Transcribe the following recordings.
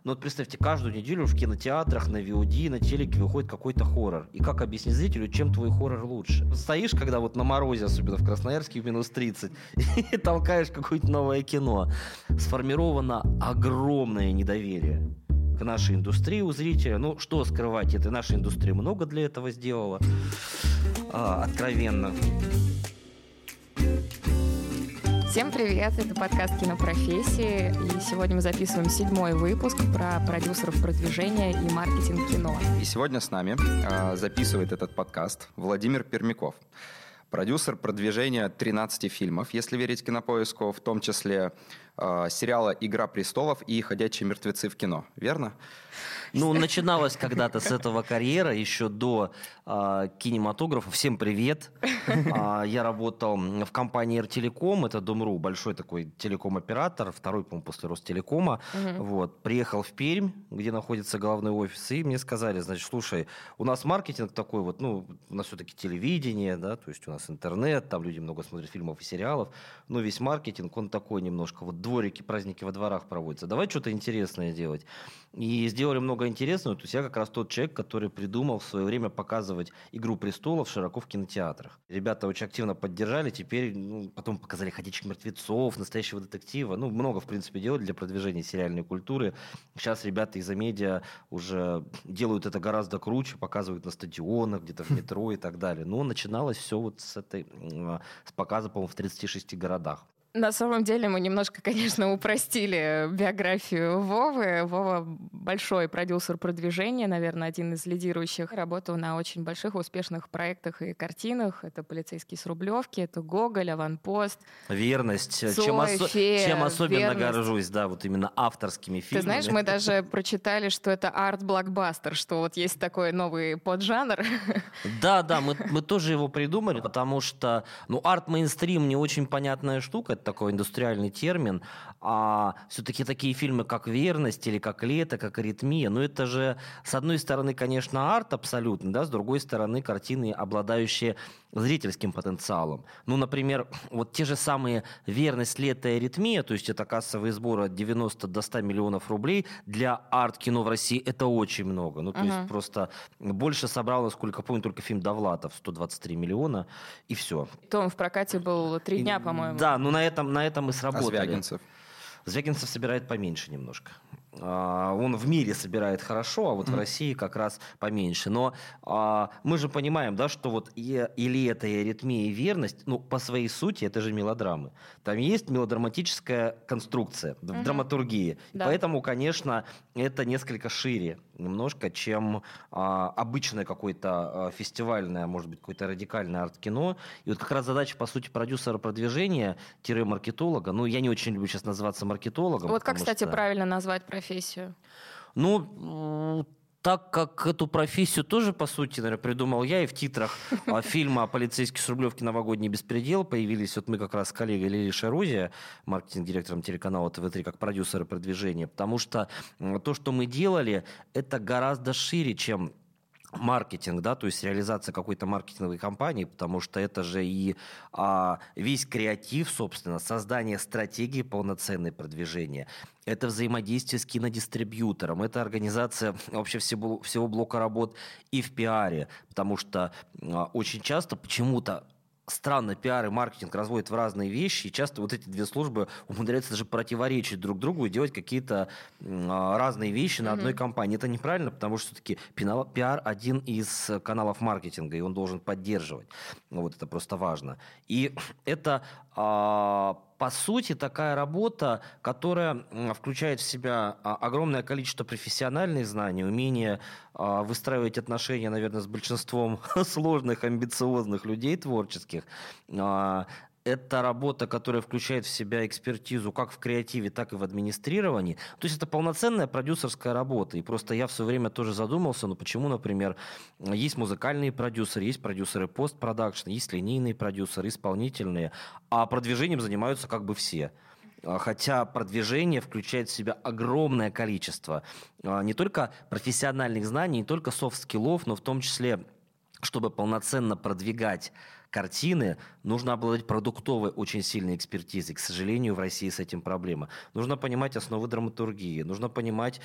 Ну вот представьте, каждую неделю в кинотеатрах, на VOD, на телеке выходит какой-то хоррор. И как объяснить зрителю, чем твой хоррор лучше? Стоишь, когда вот на морозе, особенно в Красноярске, минус 30, и толкаешь какое-то новое кино. Сформировано огромное недоверие к нашей индустрии у зрителя. Ну, что скрывать, это наша индустрия много для этого сделала. Откровенно. Всем привет, это подкаст «Кинопрофессии», и сегодня мы записываем 7-й выпуск про продюсеров продвижения и маркетинг кино. И сегодня с нами записывает этот подкаст Владимир Пермяков, продюсер продвижения 13 фильмов, если верить Кинопоиску, в том числе сериала «Игра престолов» и «Ходячие мертвецы» в кино, верно? Ну, начиналась когда-то с этого карьера, еще до кинематографа. Всем привет. Я работал в компании «Ртелеком», это Дом.ру, большой такой телеком-оператор, второй, по-моему, после Ростелекома. Вот. Приехал в Пермь, где находится головной офис, и мне сказали, значит, слушай, у нас маркетинг такой вот, ну, у нас все-таки телевидение, да, то есть у нас интернет, там люди много смотрят фильмов и сериалов, но весь маркетинг, он такой немножко, вот дворики, праздники во дворах проводятся. Давай что-то интересное делать. И сделали много интересного. То есть я как раз тот человек, который придумал в свое время показывать «Игру престолов» широко в кинотеатрах. Ребята очень активно поддержали. Теперь потом показали «Ходячих мертвецов», «Настоящего детектива». Ну, много, в принципе, делают для продвижения сериальной культуры. Сейчас ребята из-за медиа уже делают это гораздо круче, показывают на стадионах, где-то в метро и так далее. Но начиналось все вот с показа, по-моему, в 36 городах. На самом деле мы немножко, конечно, упростили биографию Вовы. Вова большой продюсер продвижения, наверное, один из лидирующих. Работал на очень больших успешных проектах и картинах. Это «Полицейский с Рублевки», это «Гоголь», «Аванпост». «Верность». Цой, чем особенно «Верность». Горжусь, да, вот именно авторскими фильмами. Ты знаешь, мы даже прочитали, что это арт-блокбастер, что вот есть такой новый поджанр. Да, мы тоже его придумали, потому что, арт-мейнстрим не очень понятная штука, это такой индустриальный термин, а все-таки такие фильмы, как «Верность» или как «Лето», как «Аритмия», это же, с одной стороны, конечно, арт абсолютно, да, с другой стороны, картины, обладающие зрительским потенциалом. Например, вот те же самые «Верность», «Лето» и «Аритмия», то есть это кассовые сборы от 90 до 100 миллионов рублей, для арт-кино в России это очень много. То есть просто больше собрал, насколько помню, только фильм «Довлатов», 123 миллиона, и все. То он в прокате был 3 дня, по-моему. Да, на этом и сработали. А Звягинцев? Звягинцев собирает поменьше немножко. Он в мире собирает хорошо, а вот в России как раз поменьше. Но мы же понимаем, да, что вот и «Лето», и «Аритмия», и «Верность», по своей сути, это же мелодрамы. Там есть мелодраматическая конструкция в драматургии. Да. Поэтому, конечно, это несколько шире немножко, чем обычное какое-то фестивальное, может быть, какое-то радикальное арт-кино. И вот как раз задача, по сути, продюсера продвижения-маркетолога, я не очень люблю сейчас называться маркетологом. Вот как, кстати, правильно назвать профессию? Так как эту профессию тоже, по сути, наверное, придумал я, и в титрах фильма «Полицейский с Рублевки. Новогодний беспредел» появились мы как раз с коллегой Лилией Шарузия, маркетинг-директором телеканала ТВ3, как продюсеры продвижения, потому что то, что мы делали, это гораздо шире, чем маркетинг, да, то есть реализация какой-то маркетинговой кампании, потому что это же и весь креатив, собственно, создание стратегии полноценной продвижения, это взаимодействие с кинодистрибьютором, это организация вообще всего блока работ и в пиаре, потому что очень часто почему-то странно пиар и маркетинг разводят в разные вещи, и часто вот эти две службы умудряются даже противоречить друг другу и делать какие-то разные вещи на одной компании. Это неправильно, потому что все-таки пиар один из каналов маркетинга, и он должен поддерживать. Вот это просто важно. И это, по сути, такая работа, которая включает в себя огромное количество профессиональных знаний, умение выстраивать отношения, наверное, с большинством сложных, амбициозных людей творческих. Это работа, которая включает в себя экспертизу как в креативе, так и в администрировании. То есть это полноценная продюсерская работа. И просто я в свое время тоже задумался, почему, например, есть музыкальные продюсеры, есть продюсеры постпродакшн, есть линейные продюсеры, исполнительные, а продвижением занимаются как бы все. Хотя продвижение включает в себя огромное количество не только профессиональных знаний, не только софт-скиллов, но в том числе, чтобы полноценно продвигать картины, нужно обладать продуктовой очень сильной экспертизой. К сожалению, в России с этим проблема. Нужно понимать основы драматургии, нужно понимать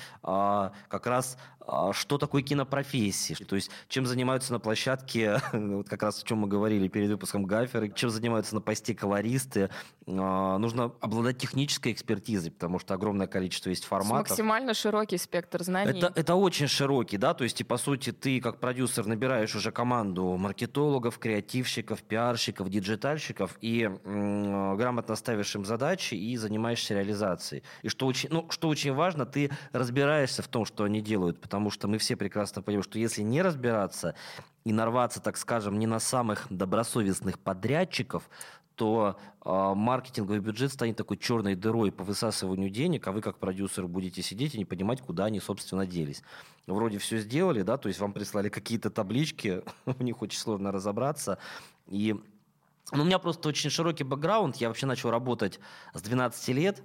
как раз, что такое кинопрофессия, то есть чем занимаются на площадке, вот как раз о чем мы говорили перед выпуском гаферы, чем занимаются на посте колористы. Нужно обладать технической экспертизой, потому что огромное количество есть форматов. Максимально широкий спектр знаний. Это очень широкий, да, то есть, и по сути, ты как продюсер набираешь уже команду маркетологов, креативщиков, пиарщиков, диджитальщиков и грамотно ставишь им задачи и занимаешься реализацией. И что очень важно, ты разбираешься в том, что они делают, потому что мы все прекрасно понимаем, что если не разбираться и нарваться, так скажем, не на самых добросовестных подрядчиков, то маркетинговый бюджет станет такой черной дырой по высасыванию денег, а вы как продюсер будете сидеть и не понимать, куда они, собственно, делись. Вроде все сделали, да, то есть вам прислали какие-то таблички, в них очень сложно разобраться. И у меня просто очень широкий бэкграунд, я вообще начал работать с 12 лет.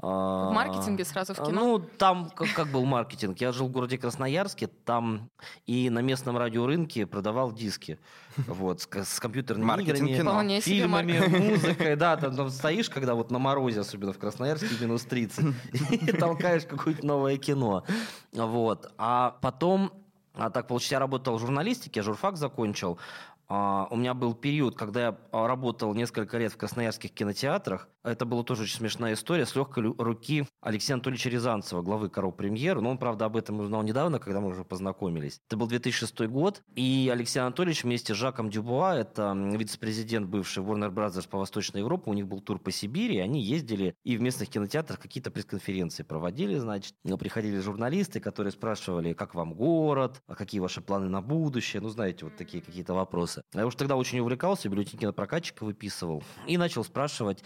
В маркетинге сразу в кино? Ну, там как был маркетинг? Я жил в городе Красноярске, там и на местном радиорынке продавал диски. Вот, с компьютерными играми, фильмами, музыкой. Да, там стоишь, когда вот на морозе, особенно в Красноярске, минус 30, и толкаешь какое-то новое кино. Вот. А потом, так получилось, я работал в журналистике, я журфак закончил. У меня был период, когда я работал несколько лет в красноярских кинотеатрах. Это была тоже очень смешная история с легкой руки Алексея Анатольевича Рязанцева, главы «Коро Премьер». Но он, правда, об этом узнал недавно, когда мы уже познакомились. Это был 2006 год, и Алексей Анатольевич вместе с Жаком Дюбуа, это вице-президент бывший Warner Brothers по Восточной Европе, у них был тур по Сибири, они ездили и в местных кинотеатрах какие-то пресс-конференции проводили, значит. Приходили журналисты, которые спрашивали, как вам город, какие ваши планы на будущее, ну, знаете, вот такие какие-то вопросы. Я уж тогда очень увлекался, бюллетени кинопрокатчика выписывал. И начал спрашивать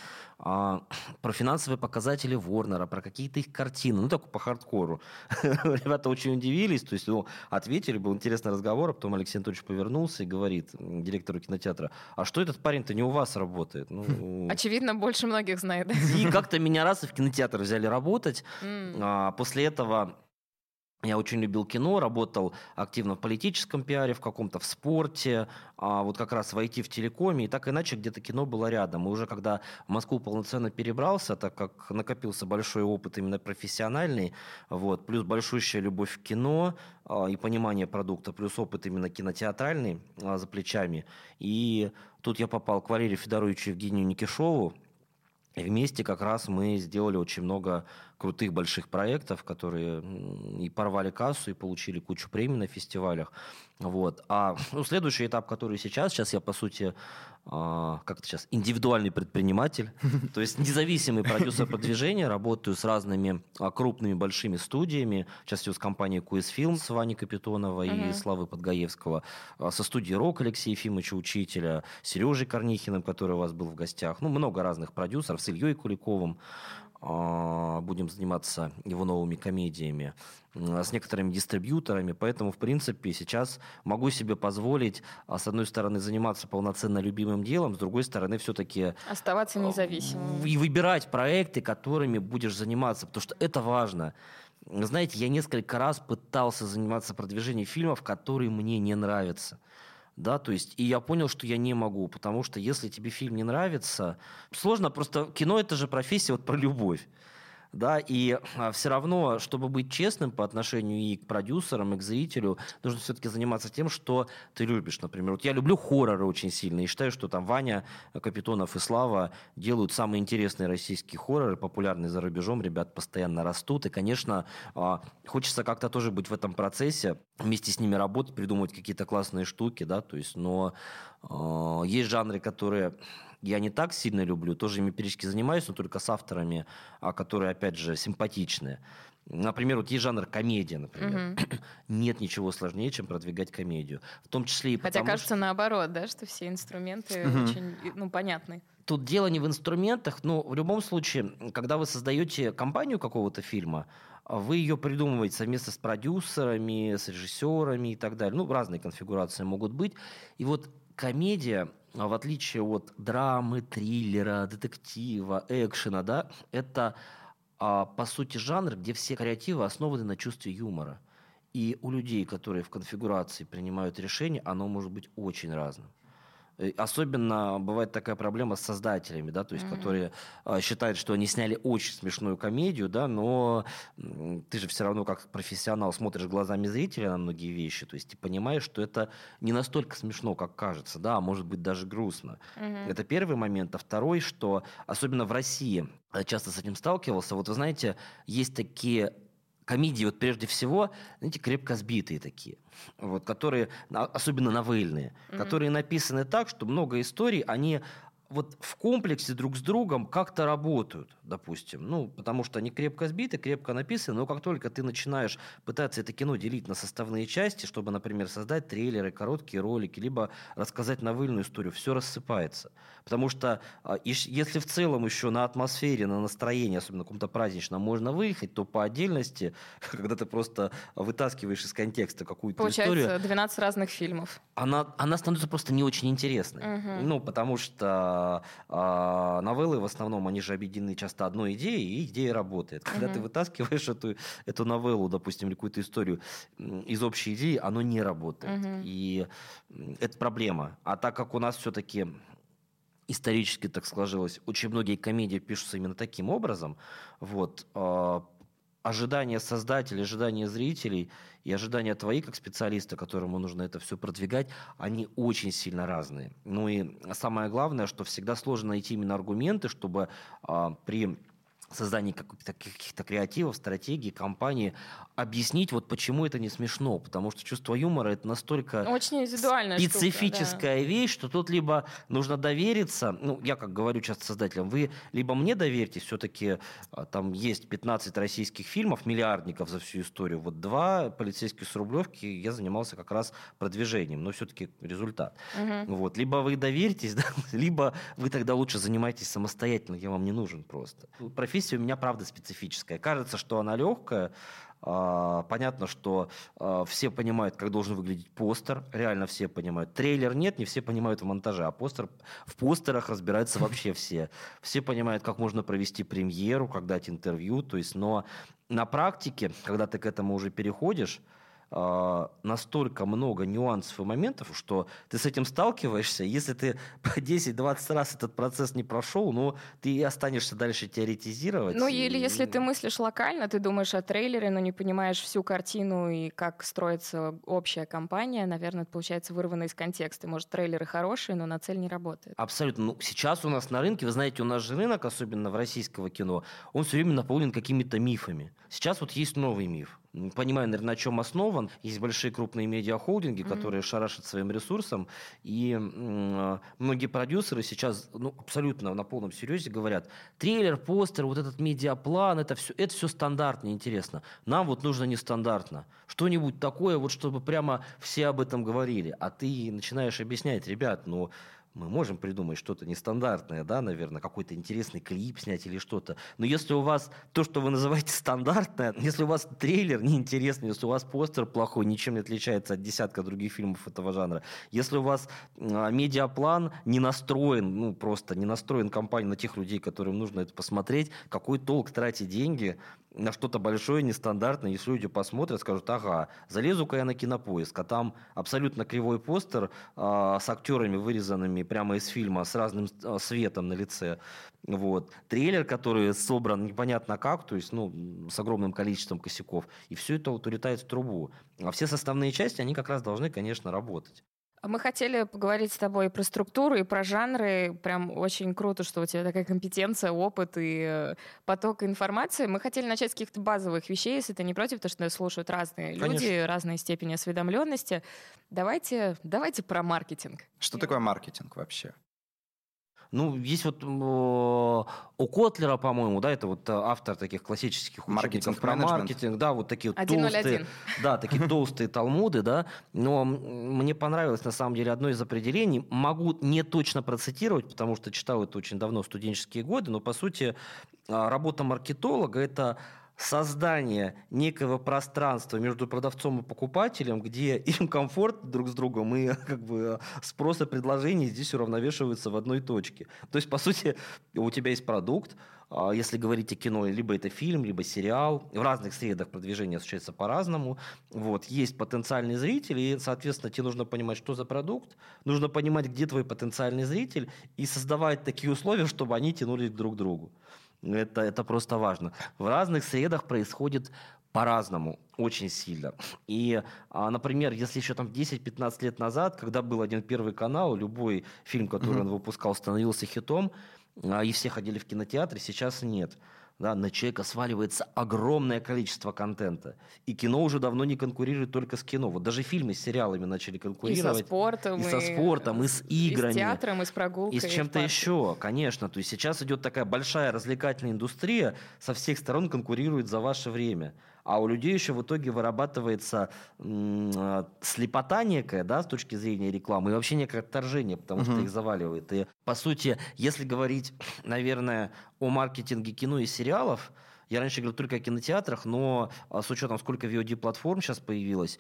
про финансовые показатели Ворнера, про какие-то их картины. Ну, так по хардкору. Ребята очень удивились. То есть, ответили, был интересный разговор. А потом Алексей Анатольевич повернулся и говорит директору кинотеатра: а что этот парень-то не у вас работает? Очевидно, больше многих знает. И как-то меня раз и в кинотеатр взяли работать. После этого... Я очень любил кино, работал активно в политическом пиаре, в каком-то в спорте, вот как раз в IT, в телекоме, и так иначе где-то кино было рядом. И уже когда в Москву полноценно перебрался, так как накопился большой опыт именно профессиональный, вот, плюс большущая любовь к кино и понимание продукта, плюс опыт именно кинотеатральный за плечами. И тут я попал к Валерию Федоровичу и Евгению Никишову. И вместе как раз мы сделали очень много крутых больших проектов, которые и порвали кассу, и получили кучу премий на фестивалях. Вот. А следующий этап, который сейчас я, по сути, индивидуальный предприниматель, то есть независимый продюсер продвижения, работаю с разными крупными большими студиями, в частности, с компанией QS Film с Ваней Капитоновой и Славой Подгаевского, со студией «Рок» Алексея Ефимовича Учителя, Сережей Корнихиным, который у вас был в гостях, много разных продюсеров, с Ильей Куликовым. Будем заниматься его новыми комедиями, с некоторыми дистрибьюторами. Поэтому, в принципе, сейчас могу себе позволить, с одной стороны, заниматься полноценно любимым делом, с другой стороны, все-таки... Оставаться независимым. И выбирать проекты, которыми будешь заниматься, потому что это важно. Знаете, я несколько раз пытался заниматься продвижением фильмов, которые мне не нравятся. Да, то есть, и я понял, что я не могу, потому что если тебе фильм не нравится, сложно, просто кино — это же профессия про любовь. Да, и все равно, чтобы быть честным по отношению и к продюсерам, и к зрителю, нужно все-таки заниматься тем, что ты любишь. Например, вот я люблю хорроры очень сильно, и считаю, что там Ваня Капитонов и Слава делают самые интересные российские хорроры, популярные за рубежом, ребят постоянно растут, и, конечно, хочется как-то тоже быть в этом процессе, вместе с ними работать, придумывать какие-то классные штуки, да, то есть, но есть жанры, которые... Я не так сильно люблю, тоже ими периодически занимаюсь, но только с авторами, которые, опять же, симпатичные. Например, вот есть жанр комедия, например. Нет ничего сложнее, чем продвигать комедию. В том числе и потому, хотя кажется наоборот, да, что все инструменты очень понятны. Тут дело не в инструментах, но в любом случае, когда вы создаете компанию какого-то фильма, вы ее придумываете совместно с продюсерами, с режиссерами и так далее. Разные конфигурации могут быть. И вот комедия, в отличие от драмы, триллера, детектива, экшена, да, это, по сути, жанр, где все креативы основаны на чувстве юмора. И у людей, которые в конфигурации принимают решения, оно может быть очень разным. Особенно бывает такая проблема с создателями, да, то есть, которые считают, что они сняли очень смешную комедию, да, но ты же все равно как профессионал смотришь глазами зрителя на многие вещи, то есть ты понимаешь, что это не настолько смешно, как кажется, да, а может быть даже грустно. Это первый момент. А второй, что особенно в России я часто с этим сталкивался, вот вы знаете, есть такие комедии, вот прежде всего, знаете, крепко сбитые такие, вот, которые, особенно новельные, которые написаны так, что много историй, они вот в комплексе друг с другом как-то работают, допустим. Ну, потому что они крепко сбиты, крепко написаны, но как только ты начинаешь пытаться это кино делить на составные части, чтобы, например, создать трейлеры, короткие ролики, либо рассказать новельную историю, все рассыпается. Потому что если в целом еще на атмосфере, на настроении, особенно каком-то праздничном, можно выехать, то по отдельности, когда ты просто вытаскиваешь из контекста какую-то историю... Получается, 12 разных фильмов. Она становится просто не очень интересной. Ну, потому что новеллы в основном, они же объединены часто одной идеей, и идея работает. Когда ты вытаскиваешь эту новеллу, допустим, или какую-то историю из общей идеи, оно не работает. И это проблема. А так как у нас все-таки исторически так сложилось, очень многие комедии пишутся именно таким образом, вот, ожидания создателей, ожидания зрителей и ожидания твои, как специалиста, которому нужно это все продвигать, они очень сильно разные. Ну и самое главное, что всегда сложно найти именно аргументы, чтобы при создании каких-то креативов, стратегий, компании объяснить, вот почему это не смешно. Потому что чувство юмора – это настолько очень индивидуальная специфическая штука, вещь, что тут либо нужно довериться, ну, я как говорю часто создателям, вы либо мне доверьтесь, все-таки там есть 15 российских фильмов, миллиардников за всю историю, вот 2 полицейских с Рублевки, я занимался как раз продвижением, но все-таки результат. Вот. Либо вы доверитесь, да, либо вы тогда лучше занимаетесь самостоятельно, я вам не нужен просто. Профессия у меня, правда, специфическая. Кажется, что она легкая. Понятно, что все понимают, как должен выглядеть постер. Реально все понимают. Трейлер нет, не все понимают в монтаже. А в постерах разбираются вообще все. Все понимают, как можно провести премьеру, как дать интервью. То есть, но на практике, когда ты к этому уже переходишь, настолько много нюансов и моментов, что ты с этим сталкиваешься. Если ты по 10-20 раз этот процесс не прошел, ну, ты останешься дальше теоретизировать. Ну, или если ты мыслишь локально, ты думаешь о трейлере, но не понимаешь всю картину и как строится общая кампания, наверное, это получается вырвано из контекста. Может, трейлеры хорошие, но на цель не работает. Абсолютно. Ну, сейчас у нас на рынке, вы знаете, у нас же рынок, особенно в российского кино, он все время наполнен какими-то мифами. Сейчас вот есть новый миф. Не понимаю, наверное, на чем основан. Есть большие крупные медиахолдинги, которые шарашат своим ресурсом, и многие продюсеры сейчас абсолютно на полном серьезе говорят: трейлер, постер, вот этот медиаплан, это все стандартно, интересно. Нам вот нужно нестандартно. Что-нибудь такое, вот чтобы прямо все об этом говорили. А ты начинаешь объяснять: ребят, мы можем придумать что-то нестандартное, да, наверное, какой-то интересный клип снять или что-то. Но если у вас то, что вы называете стандартное, если у вас трейлер неинтересный, если у вас постер плохой, ничем не отличается от десятка других фильмов этого жанра, если у вас медиаплан не настроен, просто не настроен компания на тех людей, которым нужно это посмотреть, какой толк тратить деньги на что-то большое, нестандартное, если люди посмотрят, скажут: ага, залезу-ка я на Кинопоиск, а там абсолютно кривой постер с актерами, вырезанными прямо из фильма, с разным светом на лице. Вот. Трейлер, который собран непонятно как, то есть, с огромным количеством косяков. И все это вот улетает в трубу. А все составные части, они как раз должны, конечно, работать. Мы хотели поговорить с тобой и про структуру, и про жанры. Прям очень круто, что у тебя такая компетенция, опыт и поток информации. Мы хотели начать с каких-то базовых вещей, если ты не против, потому что нас слушают разные люди, разные степени осведомленности. Давайте про маркетинг. Что такое маркетинг вообще? Есть вот у Котлера, по-моему, да, это вот автор таких классических учебников про маркетинг, да, вот такие вот толстые, да, такие толстые талмуды, да, но мне понравилось, на самом деле, одно из определений, могу не точно процитировать, потому что читал это очень давно, в студенческие годы, но, по сути, работа маркетолога – это создание некого пространства между продавцом и покупателем, где им комфортно друг с другом, и как бы спрос и предложение здесь уравновешиваются в одной точке. То есть, по сути, у тебя есть продукт, если говорить о кино, либо это фильм, либо сериал, в разных средах продвижения осуществляется по-разному. Вот. Есть потенциальный зритель, и, соответственно, тебе нужно понимать, что за продукт, нужно понимать, где твой потенциальный зритель, и создавать такие условия, чтобы они тянулись друг к другу. Это просто важно. В разных средах происходит по-разному, очень сильно. И, например, если еще там 10-15 лет назад, когда был один Первый канал, любой фильм, который он выпускал, становился хитом, и все ходили в кинотеатры, сейчас нет. Да, на человека сваливается огромное количество контента. И кино уже давно не конкурирует только с кино. Вот даже фильмы с сериалами начали конкурировать. И со спортом, и с играми. И с театром, и с прогулкой. И с чем-то еще, конечно. То есть сейчас идет такая большая развлекательная индустрия, со всех сторон конкурирует за ваше время. А у людей еще в итоге вырабатывается слепота некая, да, с точки зрения рекламы, и вообще некое отторжение, потому что их заваливает. И, по сути, если говорить, наверное, о маркетинге кино и сериалов, я раньше говорил только о кинотеатрах, но с учетом, сколько VOD-платформ сейчас появилось,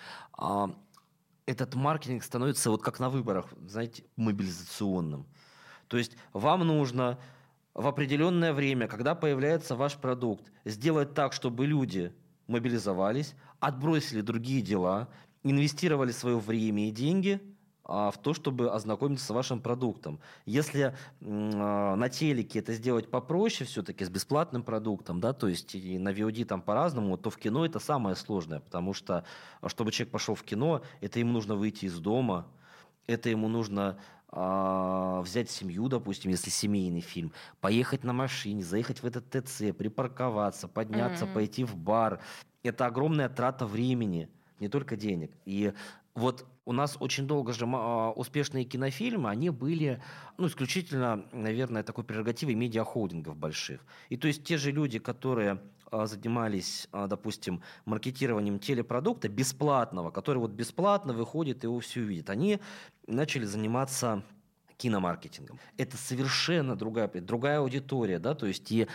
этот маркетинг становится вот как на выборах, знаете, мобилизационным. То есть вам нужно в определенное время, когда появляется ваш продукт, сделать так, чтобы люди мобилизовались, отбросили другие дела, инвестировали свое время и деньги в то, чтобы ознакомиться с вашим продуктом. Если на телеке это сделать попроще все-таки, с бесплатным продуктом, да, то есть и на VOD там по-разному, то в кино это самое сложное, потому что, чтобы человек пошел в кино, это ему нужно выйти из дома, это ему нужно взять семью, допустим, если семейный фильм, поехать на машине, заехать в этот ТЦ, припарковаться, подняться, пойти в бар. Это огромная трата времени, не только денег. И вот у нас очень долго же успешные кинофильмы, они были исключительно, наверное, такой прерогативой медиахолдингов больших. И то есть те же люди, которые занимались, допустим, маркетированием телепродукта бесплатного, который вот бесплатно выходит и его все увидят, они начали заниматься киномаркетингом. Это совершенно другая аудитория, да, то есть и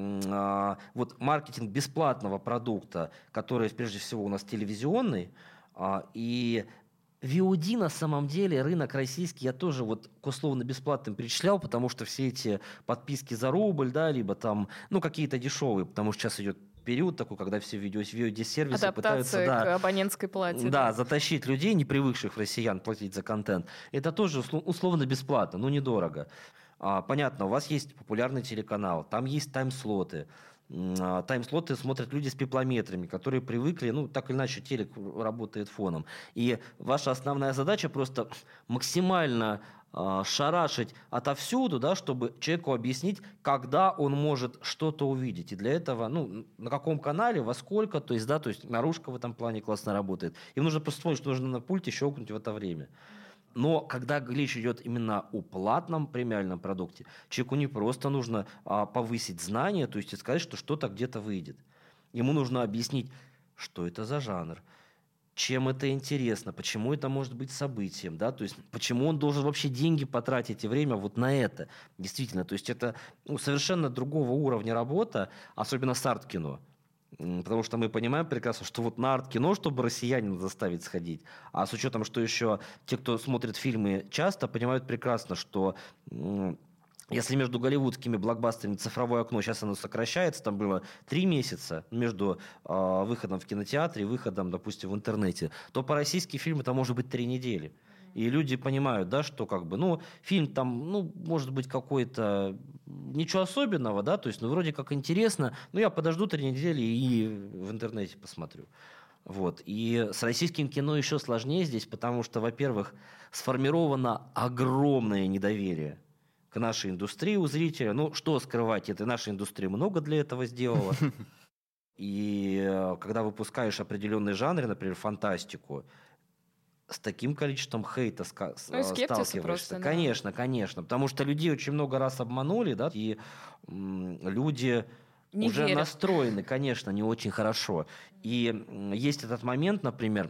вот маркетинг бесплатного продукта, который прежде всего у нас телевизионный, и VOD на самом деле, рынок российский, я тоже вот к условно-бесплатным перечислял, потому что все эти подписки за рубль, да, либо там, какие-то дешевые, потому что сейчас идет период такой, когда все VOD-сервисы пытаются... к абонентской плате. Да, затащить людей, не привыкших россиян платить за контент. Это тоже условно-бесплатно, недорого. Понятно, у вас есть популярный телеканал, там есть тайм-слоты. Тайм-слоты смотрят люди с пиплометрами, которые привыкли, так или иначе телек работает фоном. И ваша основная задача просто максимально шарашить отовсюду, да, чтобы человеку объяснить, когда он может что-то увидеть. И для этого, на каком канале, во сколько, то есть наружка в этом плане классно работает. Им нужно просто вспомнить, что нужно на пульте щелкнуть в это время. Но когда речь идет именно о платном премиальном продукте, человеку не просто нужно повысить знания, то есть сказать, что что-то где-то выйдет. Ему нужно объяснить, что это за жанр, чем это интересно, почему это может быть событием, да, то есть почему он должен вообще деньги потратить и время вот на это. Действительно, то есть это совершенно другого уровня работа, особенно с арт-кино. Потому что мы понимаем прекрасно, что вот на арт-кино, чтобы россиянина заставить сходить, а с учетом, что еще те, кто смотрит фильмы часто, понимают прекрасно, что если между голливудскими блокбастерами цифровое окно, сейчас оно сокращается, там было 3 месяца между выходом в кинотеатре и выходом, допустим, в интернете, то по российским фильмам это может быть 3 недели. И люди понимают, да, что фильм там, может быть какой-то ничего особенного, да, то есть, вроде как интересно, я подожду 3 недели и в интернете посмотрю. Вот. И с российским кино еще сложнее здесь, потому что, во-первых, сформировано огромное недоверие к нашей индустрии у зрителя. Что скрывать, это наша индустрия много для этого сделала. И когда выпускаешь определенные жанры, например, фантастику, с таким количеством хейта сталкиваешься. Просто, да. Конечно. Потому что людей очень много раз обманули, да, и люди не уже настроены, конечно, не очень хорошо. И есть этот момент, например,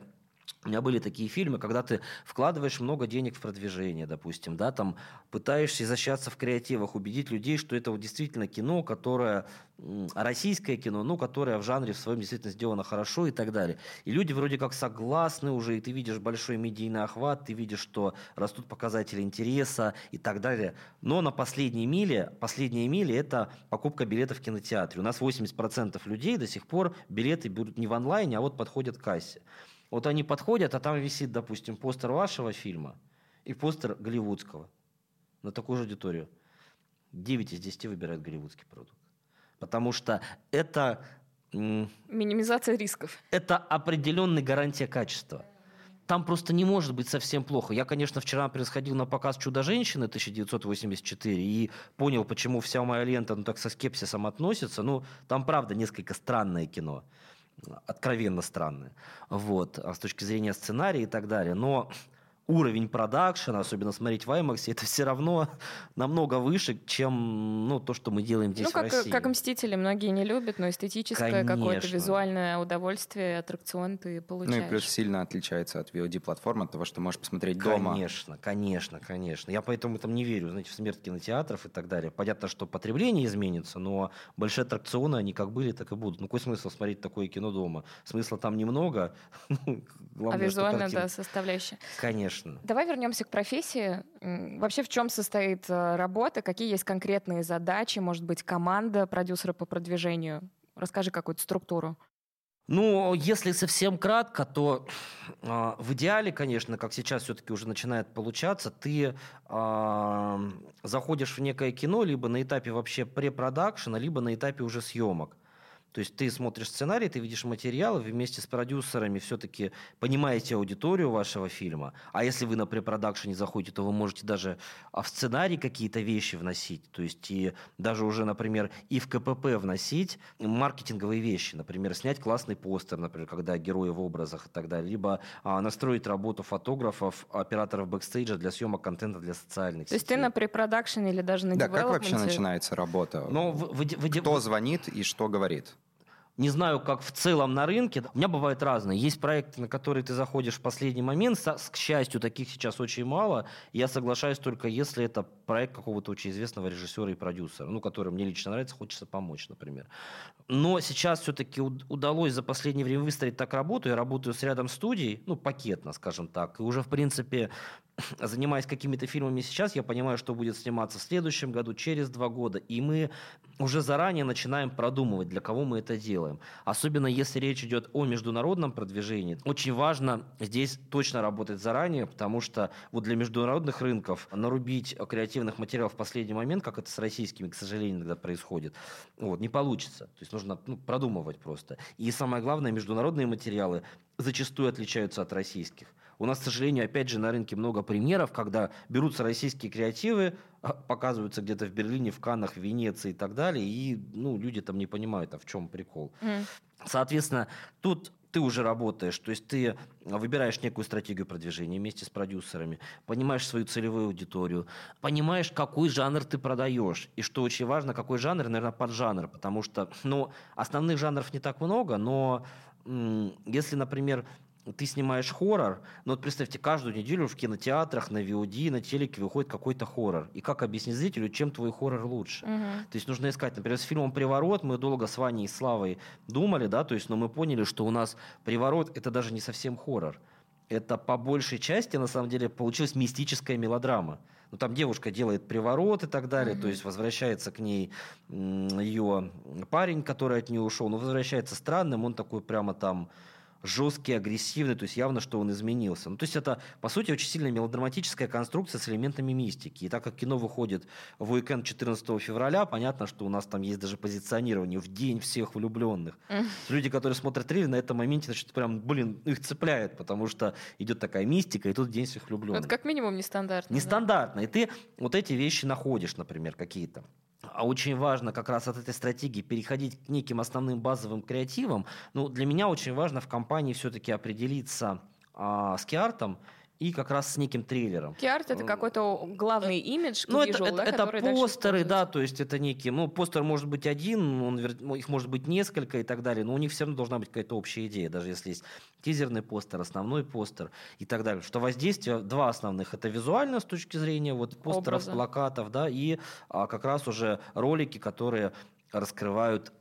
У меня были такие фильмы, когда ты вкладываешь много денег в продвижение, допустим, да, там пытаешься изощряться в креативах, убедить людей, что это вот действительно кино, которое российское кино, ну, которое в жанре в своем действительно сделано хорошо и так далее. И люди вроде как согласны уже, и ты видишь большой медийный охват, ты видишь, что растут показатели интереса и так далее. Но на последние мили это покупка билетов в кинотеатре. У нас 80% людей до сих пор билеты берут не в онлайне, а вот подходят к кассе. Вот они подходят, а там висит, допустим, постер вашего фильма и постер голливудского на такую же аудиторию. 9 из 10 выбирают голливудский продукт. Потому что это... Минимизация рисков. Это определенная гарантия качества. Там просто не может быть совсем плохо. Я, конечно, вчера сходил на показ «Чудо-женщины» 1984 и понял, почему вся моя лента так со скепсисом относится. Ну, там, правда, несколько странное кино. Откровенно странное. Вот. С точки зрения сценария и так далее. Но уровень продакшена, особенно смотреть в IMAX, это все равно намного выше, чем то, что мы делаем здесь в России. Как «Мстители» многие не любят, но эстетическое какое-то визуальное удовольствие, аттракцион ты получаешь. Ну и плюс сильно отличается от VOD-платформы, от того, что можешь посмотреть дома. Конечно. Я поэтому там не верю, знаете, в смерть кинотеатров и так далее. Понятно, что потребление изменится, но большие аттракционы, они как были, так и будут. Ну какой смысл смотреть такое кино дома? Смысла там немного. Главное, визуальная составляющая. Конечно. Давай вернемся к профессии. Вообще в чем состоит работа? Какие есть конкретные задачи? Может быть, команда продюсера по продвижению? Расскажи какую-то структуру. Ну, если совсем кратко, то в идеале, конечно, как сейчас все-таки уже начинает получаться, ты заходишь в некое кино либо на этапе вообще препродакшена, либо на этапе уже съемок. То есть ты смотришь сценарий, ты видишь материалы, вы вместе с продюсерами все-таки понимаете аудиторию вашего фильма. А если вы на препродакшене заходите, то вы можете даже в сценарий какие-то вещи вносить. То есть и даже уже, например, и в КПП вносить маркетинговые вещи. Например, снять классный постер, например, когда герои в образах и так далее. Либо настроить работу фотографов, операторов бэкстейджа для съемок контента для социальных сетей. То есть ты на препродакшене или даже на девелопменте? Да, как вообще начинается работа? Кто звонит и что говорит? Не знаю, как в целом на рынке. У меня бывают разные. Есть проекты, на которые ты заходишь в последний момент. К счастью, таких сейчас очень мало. Я соглашаюсь только, если это проект какого-то очень известного режиссера и продюсера, который мне лично нравится, хочется помочь, например. Но сейчас все-таки удалось за последнее время выстроить так работу. Я работаю с рядом студий, пакетно, скажем так. И уже, в принципе, занимаясь какими-то фильмами сейчас, я понимаю, что будет сниматься в следующем году, через 2 года. И мы уже заранее начинаем продумывать, для кого мы это делаем. Особенно если речь идет о международном продвижении. Очень важно здесь точно работать заранее, потому что вот для международных рынков нарубить креативных материалов в последний момент, как это с российскими, к сожалению, иногда происходит, не получится. То есть нужно продумывать просто. И самое главное, международные материалы зачастую отличаются от российских. У нас, к сожалению, опять же, на рынке много примеров, когда берутся российские креативы, показываются где-то в Берлине, в Каннах, в Венеции и так далее, и люди там не понимают, в чем прикол. Соответственно, тут ты уже работаешь, то есть ты выбираешь некую стратегию продвижения вместе с продюсерами, понимаешь свою целевую аудиторию, понимаешь, какой жанр ты продаешь, и что очень важно, какой жанр, наверное, поджанр, потому что, основных жанров не так много, но если, например, ты снимаешь хоррор, представьте, каждую неделю в кинотеатрах, на VOD, на телеке выходит какой-то хоррор. И как объяснить зрителю, чем твой хоррор лучше? То есть нужно искать, например, с фильмом «Приворот» мы долго с Ваней и Славой думали, но мы поняли, что у нас «Приворот» — это даже не совсем хоррор. Это по большей части, на самом деле, получилась мистическая мелодрама. Там девушка делает приворот и так далее, то есть возвращается к ней ее парень, который от нее ушел, но возвращается странным, он такой прямо там жесткий, агрессивный, то есть явно, что он изменился. То есть это, по сути, очень сильная мелодраматическая конструкция с элементами мистики. И так как кино выходит в уикенд 14 февраля, понятно, что у нас там есть даже позиционирование в день всех влюбленных. Люди, которые смотрят трейлер, на этом моменте, значит, прям, их цепляет, потому что идет такая мистика, и тут день всех влюбленных. Это как минимум нестандартно. Нестандартно. Да? И ты вот эти вещи находишь, например, какие-то. А очень важно как раз от этой стратегии переходить к неким основным базовым креативам. Для меня очень важно в компании все-таки определиться с кей-артом и как раз с неким трейлером. Кей-арт — это какой-то главный имидж, Ну, visual, да, это который постеры, да, то есть это некие... Ну, постер может быть один, их может быть несколько и так далее, но у них все равно должна быть какая-то общая идея, даже если есть тизерный постер, основной постер и так далее. Что воздействие два основных. Это визуально с точки зрения вот постеров, плакатов, да, и как раз уже ролики, которые раскрывают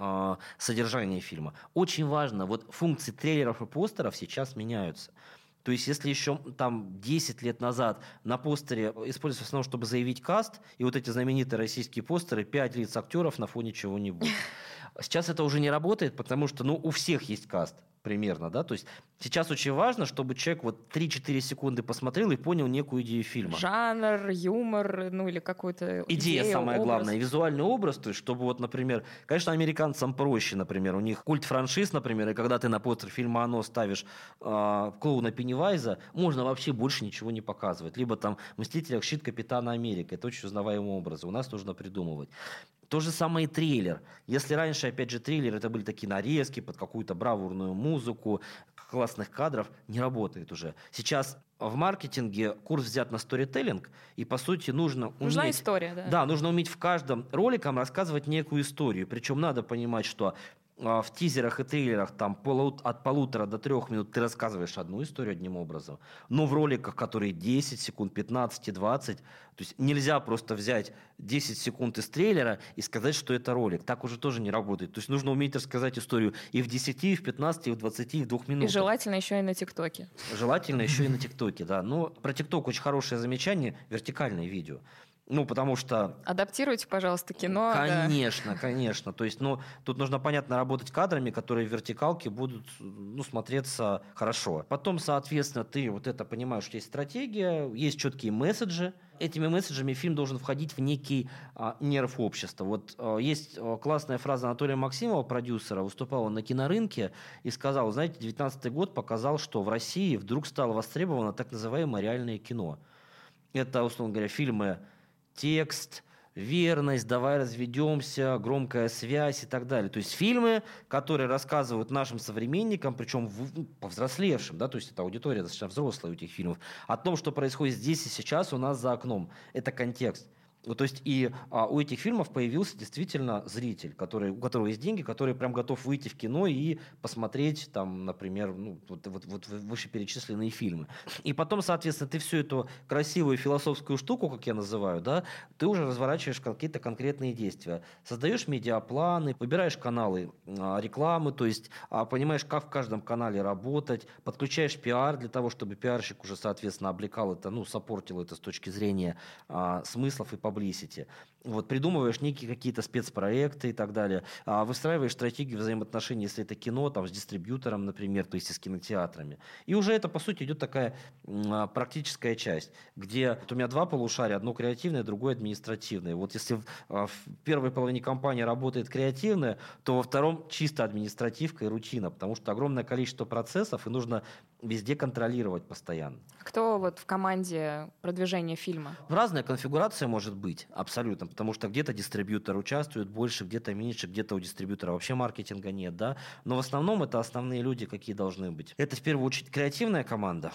содержание фильма. Очень важно, вот функции трейлеров и постеров сейчас меняются. То есть, если еще там 10 лет назад на постере использовалось в основном, чтобы заявить каст, и вот эти знаменитые российские постеры, 5 лиц актеров на фоне чего-нибудь. Сейчас это уже не работает, потому что, у всех есть каст примерно, да, то есть сейчас очень важно, чтобы человек вот 3-4 секунды посмотрел и понял некую идею фильма. Жанр, юмор, или какую-то идея самое главное, визуальный образ, то есть чтобы вот, например, конечно, американцам проще, например, у них культ франшиз, например, и когда ты на постер фильма «Оно» ставишь клоуна Пеннивайза, можно вообще больше ничего не показывать. Либо там в «Мстителях» щит Капитана Америка, это очень узнаваемый образ, у нас нужно придумывать. То же самое и трейлер. Если раньше, опять же, трейлер это были такие нарезки под какую-то бравурную музыку, классных кадров, не работает уже. Сейчас в маркетинге курс взят на сторителлинг, и, по сути, нужна история, да. Да, нужно уметь в каждом ролике рассказывать некую историю. Причем надо понимать, что в тизерах и трейлерах там от 1,5 до 3 минут ты рассказываешь одну историю одним образом, но в роликах, которые 10 секунд, 15 и 20, то есть нельзя просто взять 10 секунд из трейлера и сказать, что это ролик. Так уже тоже не работает. То есть нужно уметь рассказать историю и в 10, и в 15, и в 20, и в 2 минутах. И желательно еще и на ТикТоке. Желательно еще и на ТикТоке, да. Но про ТикТок очень хорошее замечание – вертикальное видео. Потому что... Адаптируйте, пожалуйста, кино. Конечно, конечно. То есть, тут нужно, понятно, работать кадрами, которые в вертикалке будут, смотреться хорошо. Потом, соответственно, ты вот это понимаешь, что есть стратегия, есть четкие месседжи. Этими месседжами фильм должен входить в некий нерв общества. Вот есть классная фраза Анатолия Максимова, продюсера, выступал он на кинорынке и сказал, знаете, 19-й год показал, что в России вдруг стало востребовано так называемое реальное кино. Это, условно говоря, фильмы «Текст», «Верность», «Давай разведемся», «Громкая связь» и так далее. То есть фильмы, которые рассказывают нашим современникам, причем повзрослевшим, да, то есть это аудитория достаточно взрослая у этих фильмов, о том, что происходит здесь и сейчас у нас за окном. Это контекст. То есть и у этих фильмов появился действительно зритель, у которого есть деньги, который прям готов выйти в кино и посмотреть, там, например, вот вышеперечисленные фильмы. И потом, соответственно, ты всю эту красивую философскую штуку, как я называю, да, ты уже разворачиваешь какие-то конкретные действия. Создаешь медиапланы, выбираешь каналы рекламы, то есть понимаешь, как в каждом канале работать, подключаешь пиар для того, чтобы пиарщик уже, соответственно, облекал это, саппортил это с точки зрения смыслов и publicity. Вот, придумываешь некие какие-то спецпроекты и так далее, выстраиваешь стратегию взаимоотношений, если это кино, там, с дистрибьютором, например, то есть с кинотеатрами. И уже это, по сути, идет такая практическая часть, где у меня два полушария, одно креативное, другое административное. Вот если в первой половине кампании работает креативное, то во втором чисто административка и рутина, потому что огромное количество процессов, и нужно везде контролировать постоянно. Кто вот в команде продвижения фильма? Разная конфигурация может быть, абсолютно, потому что где-то дистрибьютор участвует больше, где-то меньше, где-то у дистрибьютора вообще маркетинга нет, да, но в основном это основные люди, какие должны быть. Это в первую очередь креативная команда,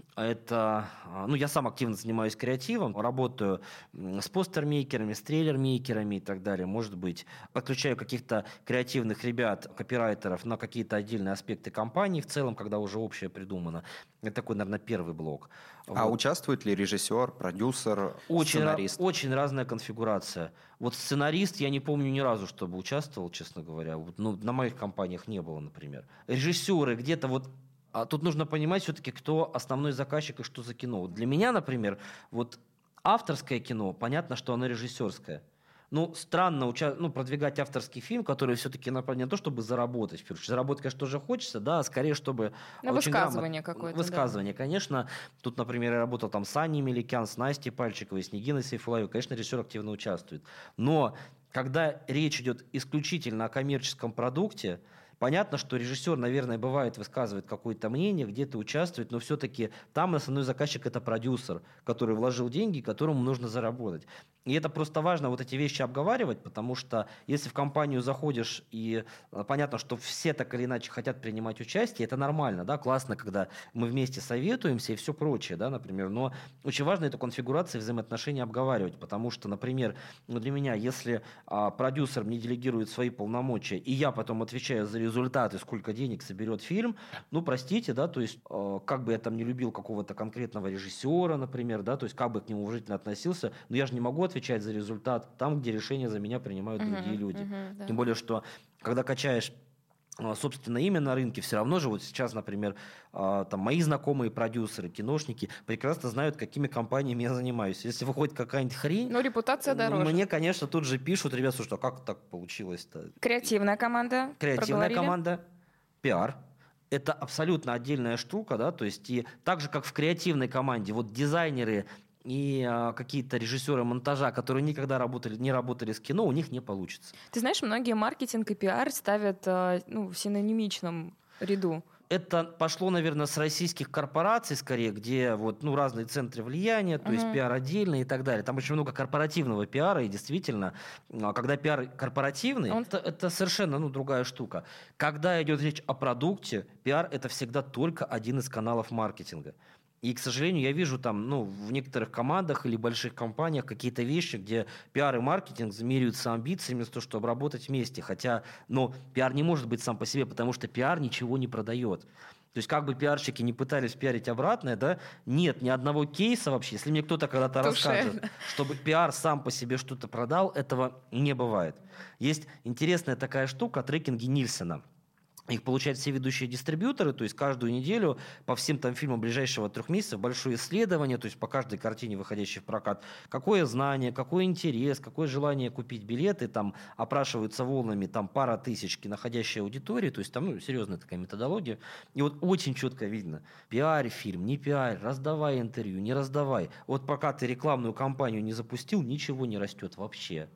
это, я сам активно занимаюсь креативом, работаю с постермейкерами, с трейлермейкерами и так далее, может быть, подключаю каких-то креативных ребят, копирайтеров на какие-то отдельные аспекты компании в целом, когда уже общее придумано. Это такой, наверное, первый блок. А участвует ли режиссер, продюсер, сценарист? Очень разная конфигурация. Вот сценарист, я не помню ни разу, чтобы участвовал, честно говоря. На моих компаниях не было, например. Режиссеры где-то вот... тут нужно понимать все-таки, кто основной заказчик и что за кино. Вот для меня, например, вот авторское кино, понятно, что оно режиссерское. Странно продвигать авторский фильм, который все-таки направлен не то, чтобы заработать. В первую очередь. Заработать, конечно, тоже хочется, да, а скорее, чтобы... высказывание какое-то. Высказывание, да. Конечно. Тут, например, я работал там с Аней Меликян, с Настей Пальчиковой, с Нигиной Сейфуллаевой. Конечно, режиссер активно участвует. Но когда речь идет исключительно о коммерческом продукте, Понятно, что режиссер, наверное, бывает высказывает какое-то мнение, где-то участвует, но все-таки там основной заказчик – это продюсер, который вложил деньги, которому нужно заработать. И это просто важно вот эти вещи обговаривать, потому что если в компанию заходишь, и понятно, что все так или иначе хотят принимать участие, это нормально, да, классно, когда мы вместе советуемся и все прочее, да, например, но очень важно эту конфигурацию взаимоотношений обговаривать, потому что, например, для меня, если продюсер мне делегирует свои полномочия, и я потом отвечаю за результаты, сколько денег соберет фильм, ну, простите, да, то есть, как бы я там не любил какого-то конкретного режиссера, например, да, то есть, как бы к нему уважительно относился, но я же не могу отвечать за результат там, где решения за меня принимают другие люди. Да. Тем более, что когда качаешь собственно имя на рынке, все равно же вот сейчас, например, там мои знакомые продюсеры, киношники прекрасно знают, какими компаниями я занимаюсь. Если выходит какая-нибудь хрень, Ну, репутация дороже. мне, конечно, тут же пишут, ребят, слушай, а как так получилось-то? Креативная команда. Креативная команда, пиар. Это абсолютно отдельная штука, да, то есть и так же, как в креативной команде, вот дизайнеры и какие-то режиссеры монтажа, которые никогда не работали с кино, у них не получится. Ты знаешь, многие маркетинг и пиар ставят в синонимичном ряду. Это пошло, наверное, с российских корпораций скорее, где вот, разные центры влияния, то есть пиар отдельный и так далее. Там очень много корпоративного пиара, и действительно, когда пиар корпоративный, это совершенно другая штука. Когда идет речь о продукте, пиар – это всегда только один из каналов маркетинга. И, к сожалению, я вижу там, в некоторых командах или больших компаниях какие-то вещи, где пиар и маркетинг замеряются амбициями с того, чтобы работать вместе. Хотя, пиар не может быть сам по себе, потому что пиар ничего не продает. То есть, как бы пиарщики не пытались пиарить обратное, да, нет ни одного кейса вообще. Если мне кто-то когда-то расскажет, чтобы пиар сам по себе что-то продал, этого не бывает. Есть интересная такая штука, трекинги Нильсена. Их получают все ведущие дистрибьюторы, то есть каждую неделю по всем там фильмам ближайшего 3 месяцев большое исследование, то есть по каждой картине, выходящей в прокат, какое знание, какой интерес, какое желание купить билеты, там опрашиваются волнами там пара тысяч находящей аудитории, то есть там серьезная такая методология. И вот очень четко видно, пиарь фильм, не пиарь, раздавай интервью, не раздавай. Вот пока ты рекламную кампанию не запустил, ничего не растет вообще.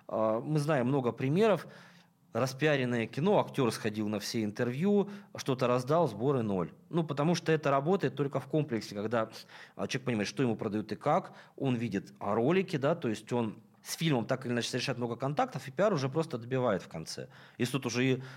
Мы знаем много примеров. Распиаренное кино, актер сходил на все интервью, что-то раздал, сборы 0. Потому что это работает только в комплексе, когда человек понимает, что ему продают и как, он видит ролики, да, то есть он с фильмом так или иначе совершает много контактов, и пиар уже просто добивает в конце. Если тут уже и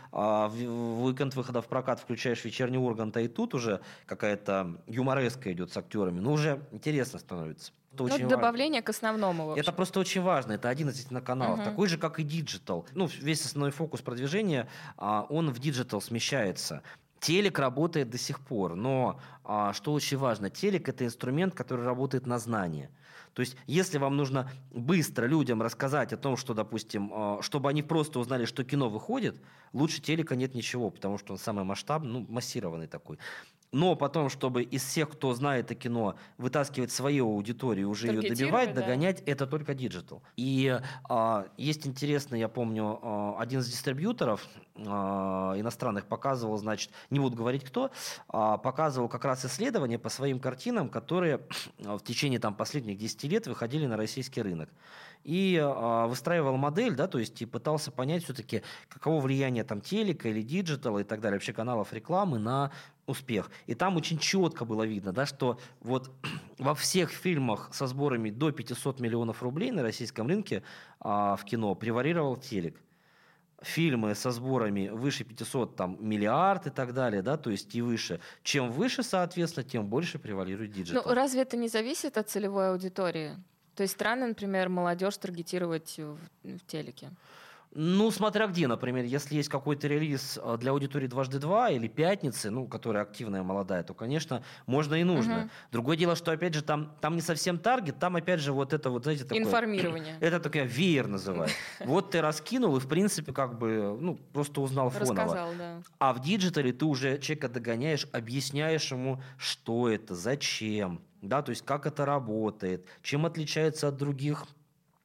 в уикенд выхода в прокат включаешь «Вечерний Ургант», и тут уже какая-то юмореска идет с актерами, уже интересно становится. Добавление к основному. Это просто очень важно. Это один из каналов. Такой же, как и диджитал. Весь основной фокус продвижения, он в диджитал смещается. Телек работает до сих пор, но что очень важно, телек – это инструмент, который работает на знание. То есть, если вам нужно быстро людям рассказать о том, что, допустим, чтобы они просто узнали, что кино выходит, лучше телека нет ничего, потому что он самый масштабный, массированный такой. Но потом, чтобы из всех, кто знает о кино, вытаскивать свою аудиторию, уже ее добивать, догонять, это только диджитал. И есть интересный, я помню, один из дистрибьюторов иностранных показывал, значит, не буду говорить кто, показывал как раз исследования по своим картинам, которые в течение последних 10 лет выходили на российский рынок. И выстраивал модель, да, то есть и пытался понять все-таки, каково влияние телека или диджитала и так далее, вообще каналов рекламы на успех. И там очень четко было видно, да, что вот во всех фильмах со сборами до 500 миллионов рублей на российском рынке в кино превалировал телек. Фильмы со сборами выше 500, миллиард и так далее, да, то есть и выше. Чем выше, соответственно, тем больше превалирует диджитал. Разве это не зависит от целевой аудитории? То есть странно, например, молодежь таргетировать в телеке? Смотря где, например, если есть какой-то релиз для аудитории «Дважды два» или «Пятницы», которая активная, молодая, то, конечно, можно и нужно. Другое дело, что, опять же, там не совсем таргет, там, опять же, знаете, такое... Информирование. Это такое веер называют. Вот ты раскинул и, в принципе, просто узнал фоново. Рассказал, да. А в диджитале ты уже человека догоняешь, объясняешь ему, что это, зачем, да, то есть как это работает, чем отличается от других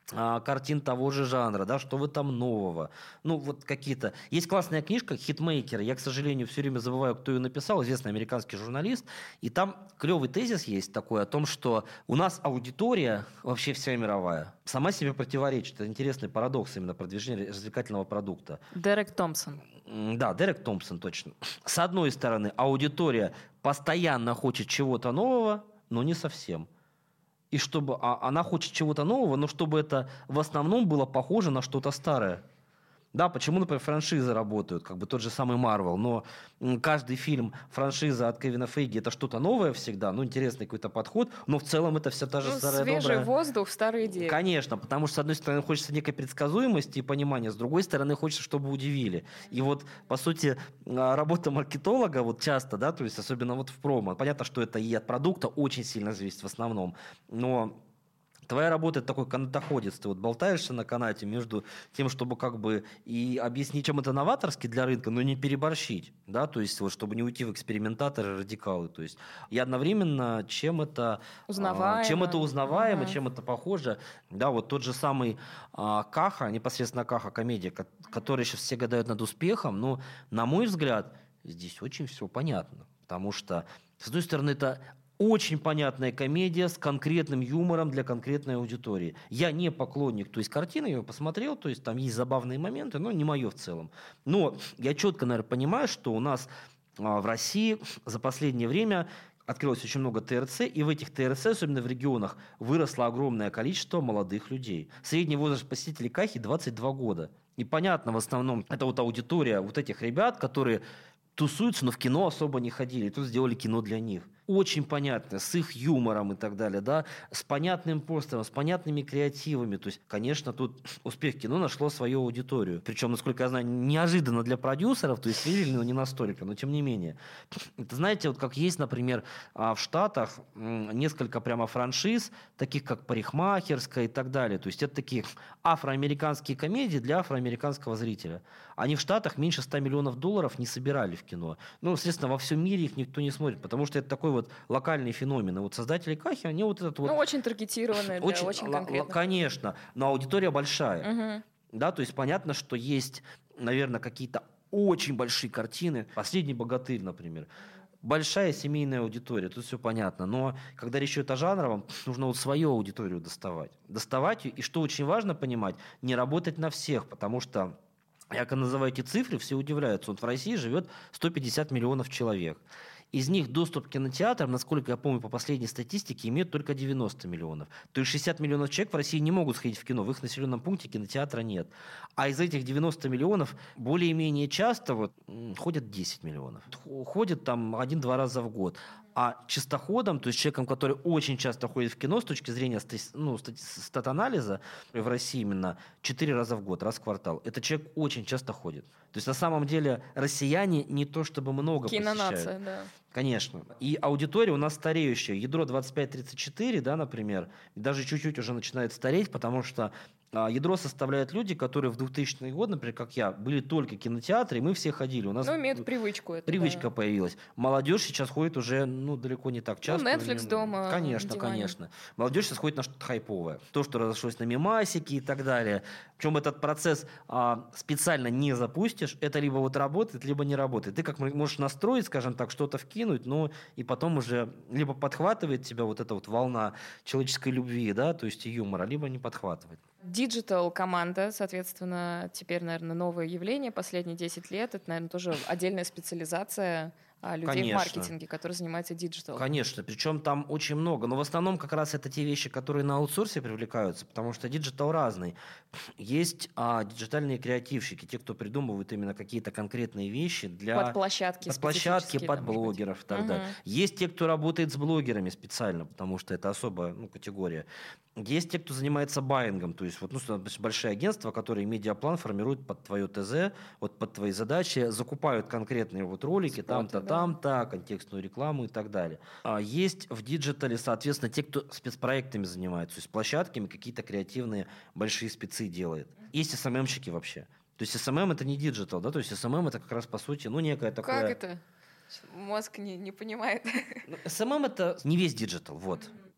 картин того же жанра, да, что вы там нового. Ну, вот какие-то... Есть классная книжка «Хитмейкер». Я, к сожалению, все время забываю, кто ее написал, известный американский журналист. И там клевый тезис есть такой о том, что у нас аудитория, вообще вся мировая, сама себе противоречит. Это интересный парадокс именно продвижения развлекательного продукта. Дерек Томпсон. Да, Дерек Томпсон, точно. С одной стороны, аудитория постоянно хочет чего-то нового, но не совсем. И чтобы она хочет чего-то нового, но чтобы это в основном было похоже на что-то старое. Да, почему, например, франшизы работают, как бы тот же самый Marvel, но каждый фильм, франшиза от Кевина Фейги, это что-то новое всегда, ну, интересный какой-то подход, но в целом это все та же старая свежий добрая... воздух, старые идеи. Конечно, потому что, с одной стороны, хочется некой предсказуемости и понимания, с другой стороны, хочется, чтобы удивили. И вот, по сути, работа маркетолога вот часто, да, то есть особенно вот в промо, понятно, что это и от продукта очень сильно зависит в основном, но... Твоя работа – это такой канатоходец. Ты вот болтаешься на канате между тем, чтобы как бы и объяснить, чем это новаторски для рынка, но не переборщить, да, то есть вот чтобы не уйти в экспериментаторы, радикалы, то есть и одновременно чем это узнаваемо, чем это похоже, да, вот тот же самый Каха, непосредственно Каха, комедия, которая сейчас все гадают над успехом, но, на мой взгляд, здесь очень все понятно, потому что, с одной стороны, это очень понятная комедия с конкретным юмором для конкретной аудитории. Я не поклонник, то есть картины, я ее посмотрел, то есть там есть забавные моменты, но не мое в целом. Но я четко, наверное, понимаю, что у нас в России за последнее время открылось очень много ТРЦ, и в этих ТРЦ, особенно в регионах, выросло огромное количество молодых людей. Средний возраст посетителей Кахи 22 года. И понятно, в основном, это вот аудитория вот этих ребят, которые тусуются, но в кино особо не ходили. И тут сделали кино для них. Очень понятно, с их юмором и так далее, да, с понятным постером, с понятными креативами. То есть, конечно, тут успех кино нашло свою аудиторию. Причем, насколько я знаю, неожиданно для продюсеров, то есть верили, но не настолько, но тем не менее. Это, знаете, вот как есть, например, в Штатах несколько прямо франшиз, таких как «Парикмахерская» и так далее. То есть это такие афроамериканские комедии для афроамериканского зрителя. Они в Штатах меньше $100 миллионов не собирали в кино. Ну, естественно, во всем мире их никто не смотрит, потому что это такой вот локальный феномен. И вот создатели Кахи, они вот этот вот... Ну, очень таргетированные, очень конкретно. Конечно, но аудитория большая. Угу. Да, то есть понятно, что есть, наверное, какие-то очень большие картины. «Последний богатырь», например. Большая семейная аудитория, тут все понятно. Но когда речь идет о жанровом, нужно вот свою аудиторию доставать. Доставать ее, и что очень важно понимать, не работать на всех, потому что я когда называю эти цифры, все удивляются. Вот в России живет 150 миллионов человек. Из них доступ к кинотеатрам, насколько я помню, по последней статистике, имеют только 90 миллионов. То есть 60 миллионов человек в России не могут сходить в кино. В их населенном пункте кинотеатра нет. А из этих 90 миллионов более-менее часто вот, ходят 10 миллионов. Ходят там 1-2 раза в год. А чистоходом, то есть человеком, который очень часто ходит в кино с точки зрения стат-анализа, в России именно 4 раза в год, раз в квартал, этот человек очень часто ходит. То есть на самом деле россияне не то чтобы много кинонация, посещают. Да. Конечно. И аудитория у нас стареющая. Ядро 25-34, да, например, даже чуть-чуть уже начинает стареть, потому что ядро составляют люди, которые в 2000-е годы, например, как я, были только кинотеатры, и мы все ходили. У нас имеют привычку. Привычка появилась. Молодежь сейчас ходит уже, далеко не так часто. Netflix дома. Конечно. Молодежь сейчас ходит на что-то хайповое. То, что разошлось на мемасики и так далее. Причем этот процесс специально не запустишь. Это либо вот работает, либо не работает. Ты как можешь настроить, скажем так, что-то вкинуть, но и потом уже либо подхватывает тебя вот эта вот волна человеческой любви, да, то есть и юмора, либо не подхватывает. Диджитал-команда, соответственно, теперь, наверное, новое явление последние 10 лет. Это, наверное, тоже отдельная специализация людей в маркетинге, которые занимаются диджитал. Конечно, причем там очень много. Но в основном как раз это те вещи, которые на аутсорсе привлекаются, потому что диджитал разный. Есть диджитальные креативщики, те, кто придумывают именно какие-то конкретные вещи для... Под площадки, под блогеров и так далее. Есть те, кто работает с блогерами специально, потому что это особая категория. Есть те, кто занимается байингом, то есть большие агентства, которые медиаплан формируют под твое ТЗ, вот под твои задачи, закупают конкретные вот ролики, там-то, контекстную рекламу и так далее. Есть в диджитале, соответственно, те, кто спецпроектами занимается, то есть площадками какие-то креативные большие спецы делает. Есть СММщики вообще. То есть СММ это не диджитал, да, то есть СММ это как раз по сути, некое такое... Как это? Мозг не понимает. СММ это не весь диджитал, вот.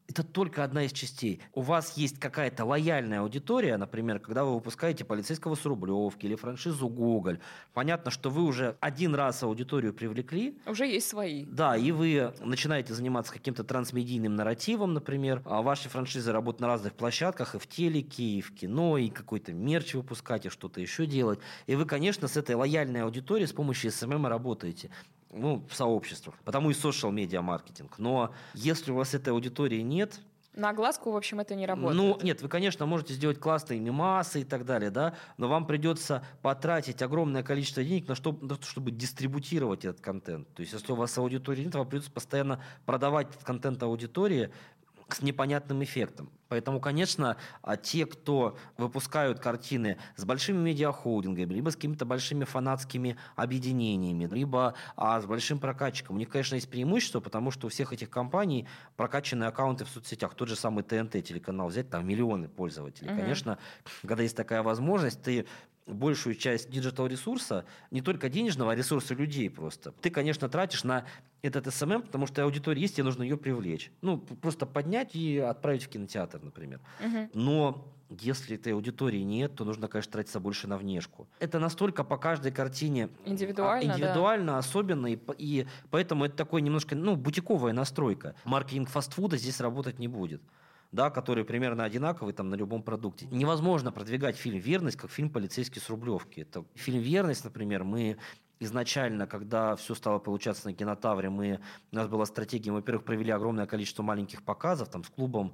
это только одна из частей. У вас есть какая-то лояльная аудитория, например, когда вы выпускаете «Полицейского с Рублевки» или франшизу «Гоголь». Понятно, что вы уже один раз аудиторию привлекли. Уже есть свои. Да, и вы начинаете заниматься каким-то трансмедийным нарративом, например. А ваши франшизы работают на разных площадках, и в телеке, и в кино, и какой-то мерч выпускать, и что-то еще делать. И вы, конечно, с этой лояльной аудиторией с помощью СММ работаете. В сообществах. Потому и социал-медиа-маркетинг. Но если у вас этой аудитории нет... На огласку, в общем, это не работает. Нет, вы, конечно, можете сделать классные мемасы и так далее, да, но вам придется потратить огромное количество денег на то, чтобы дистрибутировать этот контент. То есть, если у вас аудитории нет, вам придется постоянно продавать этот контент аудитории с непонятным эффектом. Поэтому, конечно, те, кто выпускают картины с большими медиахолдингами, либо с какими-то большими фанатскими объединениями, либо с большим прокатчиком, у них, конечно, есть преимущество, потому что у всех этих компаний прокачанные аккаунты в соцсетях. Тот же самый ТНТ телеканал взять, там миллионы пользователей. Конечно, когда есть такая возможность, ты большую часть диджитал-ресурса, не только денежного, а ресурса людей просто. Ты, конечно, тратишь на этот СММ, потому что аудитория есть, тебе нужно ее привлечь. Просто поднять и отправить в кинотеатр, например. Но если этой аудитории нет, то нужно, конечно, тратиться больше на внешку. Это настолько по каждой картине индивидуально, да. Особенно, и поэтому это такой немножко бутиковая настройка. Маркетинг фастфуда здесь работать не будет. Да, которые примерно одинаковые там, на любом продукте. Невозможно продвигать фильм «Верность» как фильм «Полицейский с Рублевки». Это фильм «Верность», например, мы изначально, когда все стало получаться на Кинотавре, у нас была стратегия, мы, во-первых, провели огромное количество маленьких показов, там, с клубом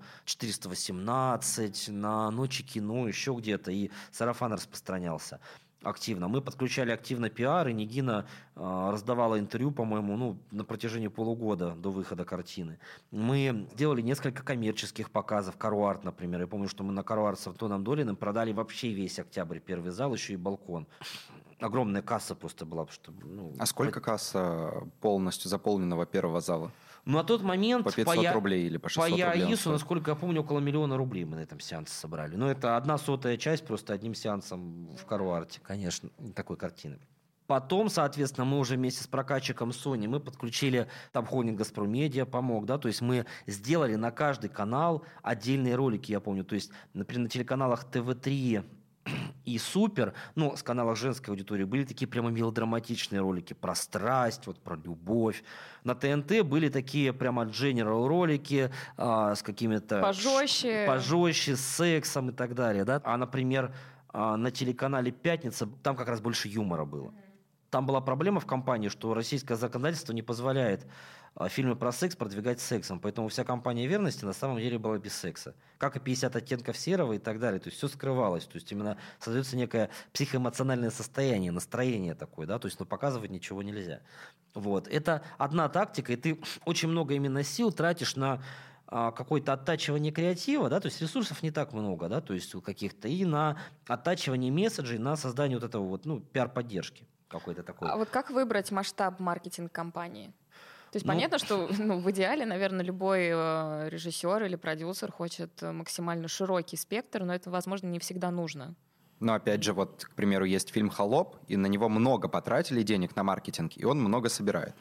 418, на Ночи кино, еще где-то, и сарафан распространялся активно. Мы подключали активно пиар, и Нигина раздавала интервью, по-моему, на протяжении полугода до выхода картины. Мы сделали несколько коммерческих показов, Каруарт, например. Я помню, что мы на Каруарт с Антоном Долиным продали вообще весь октябрь, первый зал, еще и балкон. Огромная касса просто была. А сколько касса полностью заполненного первого зала? На тот момент по 500 рублей или по 600 рублей. По рублей. ЯИСу, насколько я помню, около 1 миллиона рублей мы на этом сеансе собрали. Но это 1/100 часть просто одним сеансом в Каруарте, конечно, такой картины. Потом, соответственно, мы уже вместе с прокатчиком Sony мы подключили там холдинг «Газпромедиа» помог, да, то есть мы сделали на каждый канал отдельные ролики, я помню, то есть, например, на телеканалах ТВ3 и Супер, с каналов женской аудитории были такие прямо мелодраматичные ролики про страсть, про любовь. На ТНТ были такие прямо general ролики с какими-то... Пожестче, с сексом и так далее, да. А, например, на телеканале «Пятница» там как раз больше юмора было. Там была проблема в компании, что российское законодательство не позволяет фильмы про секс продвигать сексом. Поэтому вся компания «Верности» на самом деле была без секса. Как и 50 оттенков серого и так далее. То есть все скрывалось. То есть именно создается некое психоэмоциональное состояние, настроение такое. Да? То есть показывать ничего нельзя. Это одна тактика, и ты очень много именно сил тратишь на какое-то оттачивание креатива, да, то есть ресурсов не так много, да, то есть каких-то, и на оттачивание месседжей, на создание этого пиар-поддержки какой-то такой. А как выбрать масштаб маркетинг-компании? То есть понятно, что в идеале, наверное, любой режиссер или продюсер хочет максимально широкий спектр, но это, возможно, не всегда нужно. Но опять же, к примеру, есть фильм «Холоп», и на него много потратили денег на маркетинг, и он много собирает.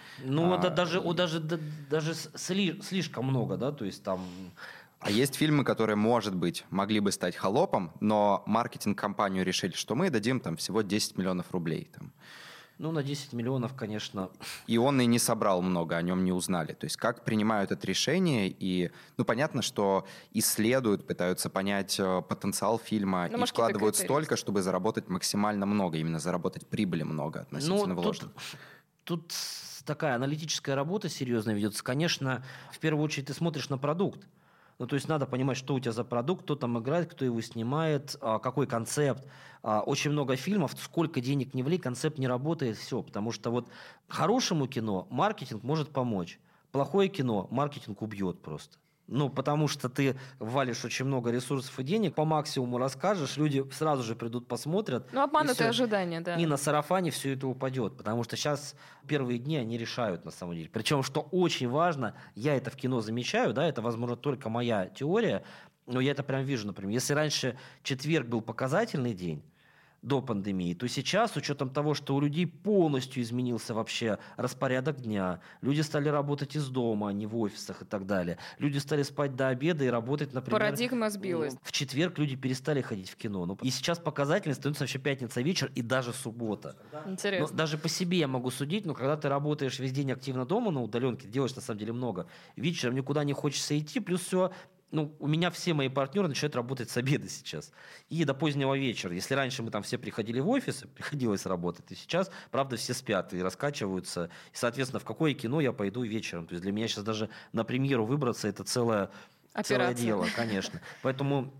Даже слишком много, да, то есть там... А есть фильмы, которые, может быть, могли бы стать «Холопом», но маркетинг-компанию решили, что мы дадим там всего 10 миллионов рублей. Там. На 10 миллионов, конечно. И он и не собрал много, о нем не узнали. То есть как принимают это решение, и понятно, что исследуют, пытаются понять потенциал фильма и вкладывают столько, чтобы заработать максимально много, именно заработать прибыли много относительно вложенных. Тут такая аналитическая работа серьезная ведется. Конечно, в первую очередь ты смотришь на продукт. То есть надо понимать, что у тебя за продукт, кто там играет, кто его снимает, какой концепт. Очень много фильмов, сколько денег не влей, концепт не работает, все. Потому что хорошему кино маркетинг может помочь. Плохое кино маркетинг убьет просто. Потому что ты валишь очень много ресурсов и денег, по максимуму расскажешь, люди сразу же придут, посмотрят. Обманутые ожидания, да. И на сарафане все это упадет, потому что сейчас первые дни они решают на самом деле. Причем, что очень важно, я это в кино замечаю, да, это, возможно, только моя теория, но я это прям вижу, например. Если раньше четверг был показательный день, до пандемии, то сейчас, с учетом того, что у людей полностью изменился вообще распорядок дня, люди стали работать из дома, а не в офисах и так далее, люди стали спать до обеда и работать, например... Парадигма сбилась. В четверг люди перестали ходить в кино. И сейчас показательно становится вообще пятница вечер и даже суббота. Интересно. Но даже по себе я могу судить, но когда ты работаешь весь день активно дома на удаленке, делаешь на самом деле много, вечером никуда не хочется идти, плюс все... у меня все мои партнеры начинают работать с обеда сейчас. И до позднего вечера. Если раньше мы там все приходили в офис, приходилось работать, то сейчас, правда, все спят и раскачиваются. И, соответственно, в какое кино я пойду вечером. То есть для меня сейчас даже на премьеру выбраться – это целое дело, конечно. Поэтому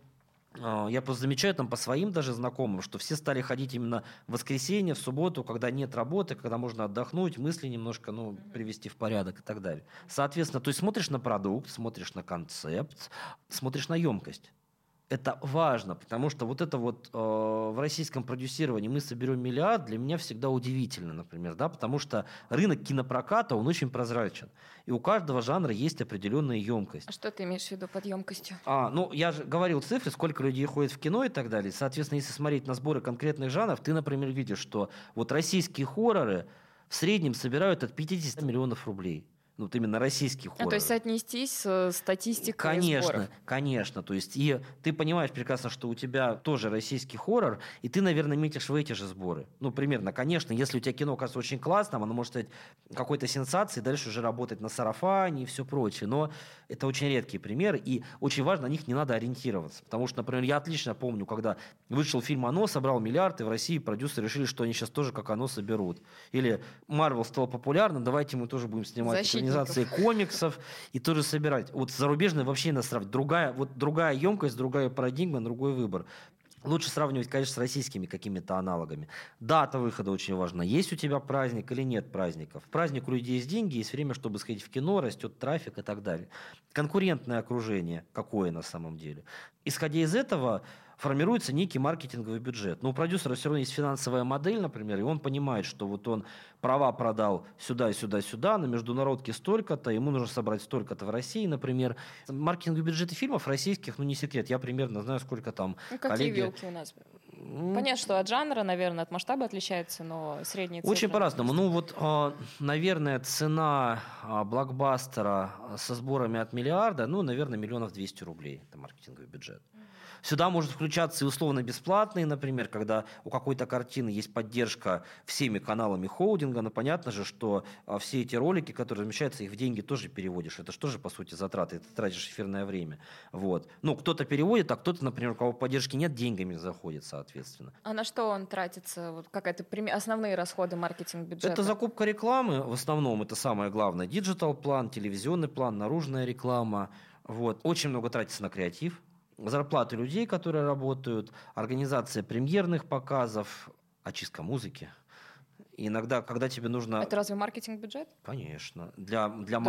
я просто замечаю там по своим даже знакомым, что все стали ходить именно в воскресенье, в субботу, когда нет работы, когда можно отдохнуть, мысли немножко привести в порядок и так далее. Соответственно, то есть смотришь на продукт, смотришь на концепт, смотришь на емкость. Это важно, потому что вот это вот в российском продюсировании мы соберем миллиард, для меня всегда удивительно, например, да, потому что рынок кинопроката, он очень прозрачен. И у каждого жанра есть определенная емкость. А что ты имеешь в виду под емкостью? Я же говорил цифры, сколько людей ходит в кино и так далее. Соответственно, если смотреть на сборы конкретных жанров, ты, например, видишь, что вот российские хорроры в среднем собирают от 50 миллионов рублей. Вот именно российские хорроры. То есть соотнестись с статистикой сборов. Конечно. То есть, и ты понимаешь прекрасно, что у тебя тоже российский хоррор, и ты, наверное, метишь в эти же сборы. Примерно. Конечно, если у тебя кино кажется очень классным, оно может стать какой-то сенсацией, дальше уже работать на сарафане и все прочее. Но это очень редкие примеры, и очень важно, на них не надо ориентироваться. Потому что, например, я отлично помню, когда вышел фильм «Оно», собрал миллиард, и в России продюсеры решили, что они сейчас тоже как «Оно» соберут. Или Марвел стал популярным, давайте мы тоже будем снимать экранизации комиксов и тоже собирать. Вот зарубежные вообще надо сравнивать. Другая емкость, другая парадигма, другой выбор. Лучше сравнивать, конечно, с российскими какими-то аналогами. Дата выхода очень важна. Есть у тебя праздник или нет праздников? Праздник у людей есть деньги, есть время, чтобы сходить в кино, растет трафик и так далее. Конкурентное окружение какое на самом деле? Исходя из этого, формируется некий маркетинговый бюджет. Но у продюсера все равно есть финансовая модель, например, и он понимает, что вот он права продал сюда, на международке столько-то, ему нужно собрать столько-то в России, например. Маркетинговые бюджеты фильмов российских, не секрет, я примерно знаю, сколько там какие вилки у нас? Понятно, что от жанра, наверное, от масштаба отличается, но средние цифры... Очень по-разному. Наверное, цена блокбастера со сборами от миллиарда, наверное, 1 200 000 рублей. Это маркетинговый бюджет. Сюда может включаться и условно-бесплатные, например, когда у какой-то картины есть поддержка всеми каналами холдинга, но понятно же, что все эти ролики, которые размещаются, их в деньги тоже переводишь. Это же тоже, по сути, затраты. Ты тратишь эфирное время. Вот. Кто-то переводит, а кто-то, например, у кого поддержки нет, деньгами заходит, соответственно. А на что он тратится? Вот какая-то основные расходы маркетинг-бюджета? Это закупка рекламы, в основном, это самое главное. Диджитал-план, телевизионный план, наружная реклама. Вот. Очень много тратится на креатив. Зарплаты людей, которые работают, организация премьерных показов, очистка музыки. И иногда, когда тебе нужно... Это разве маркетинг-бюджет? Конечно. Для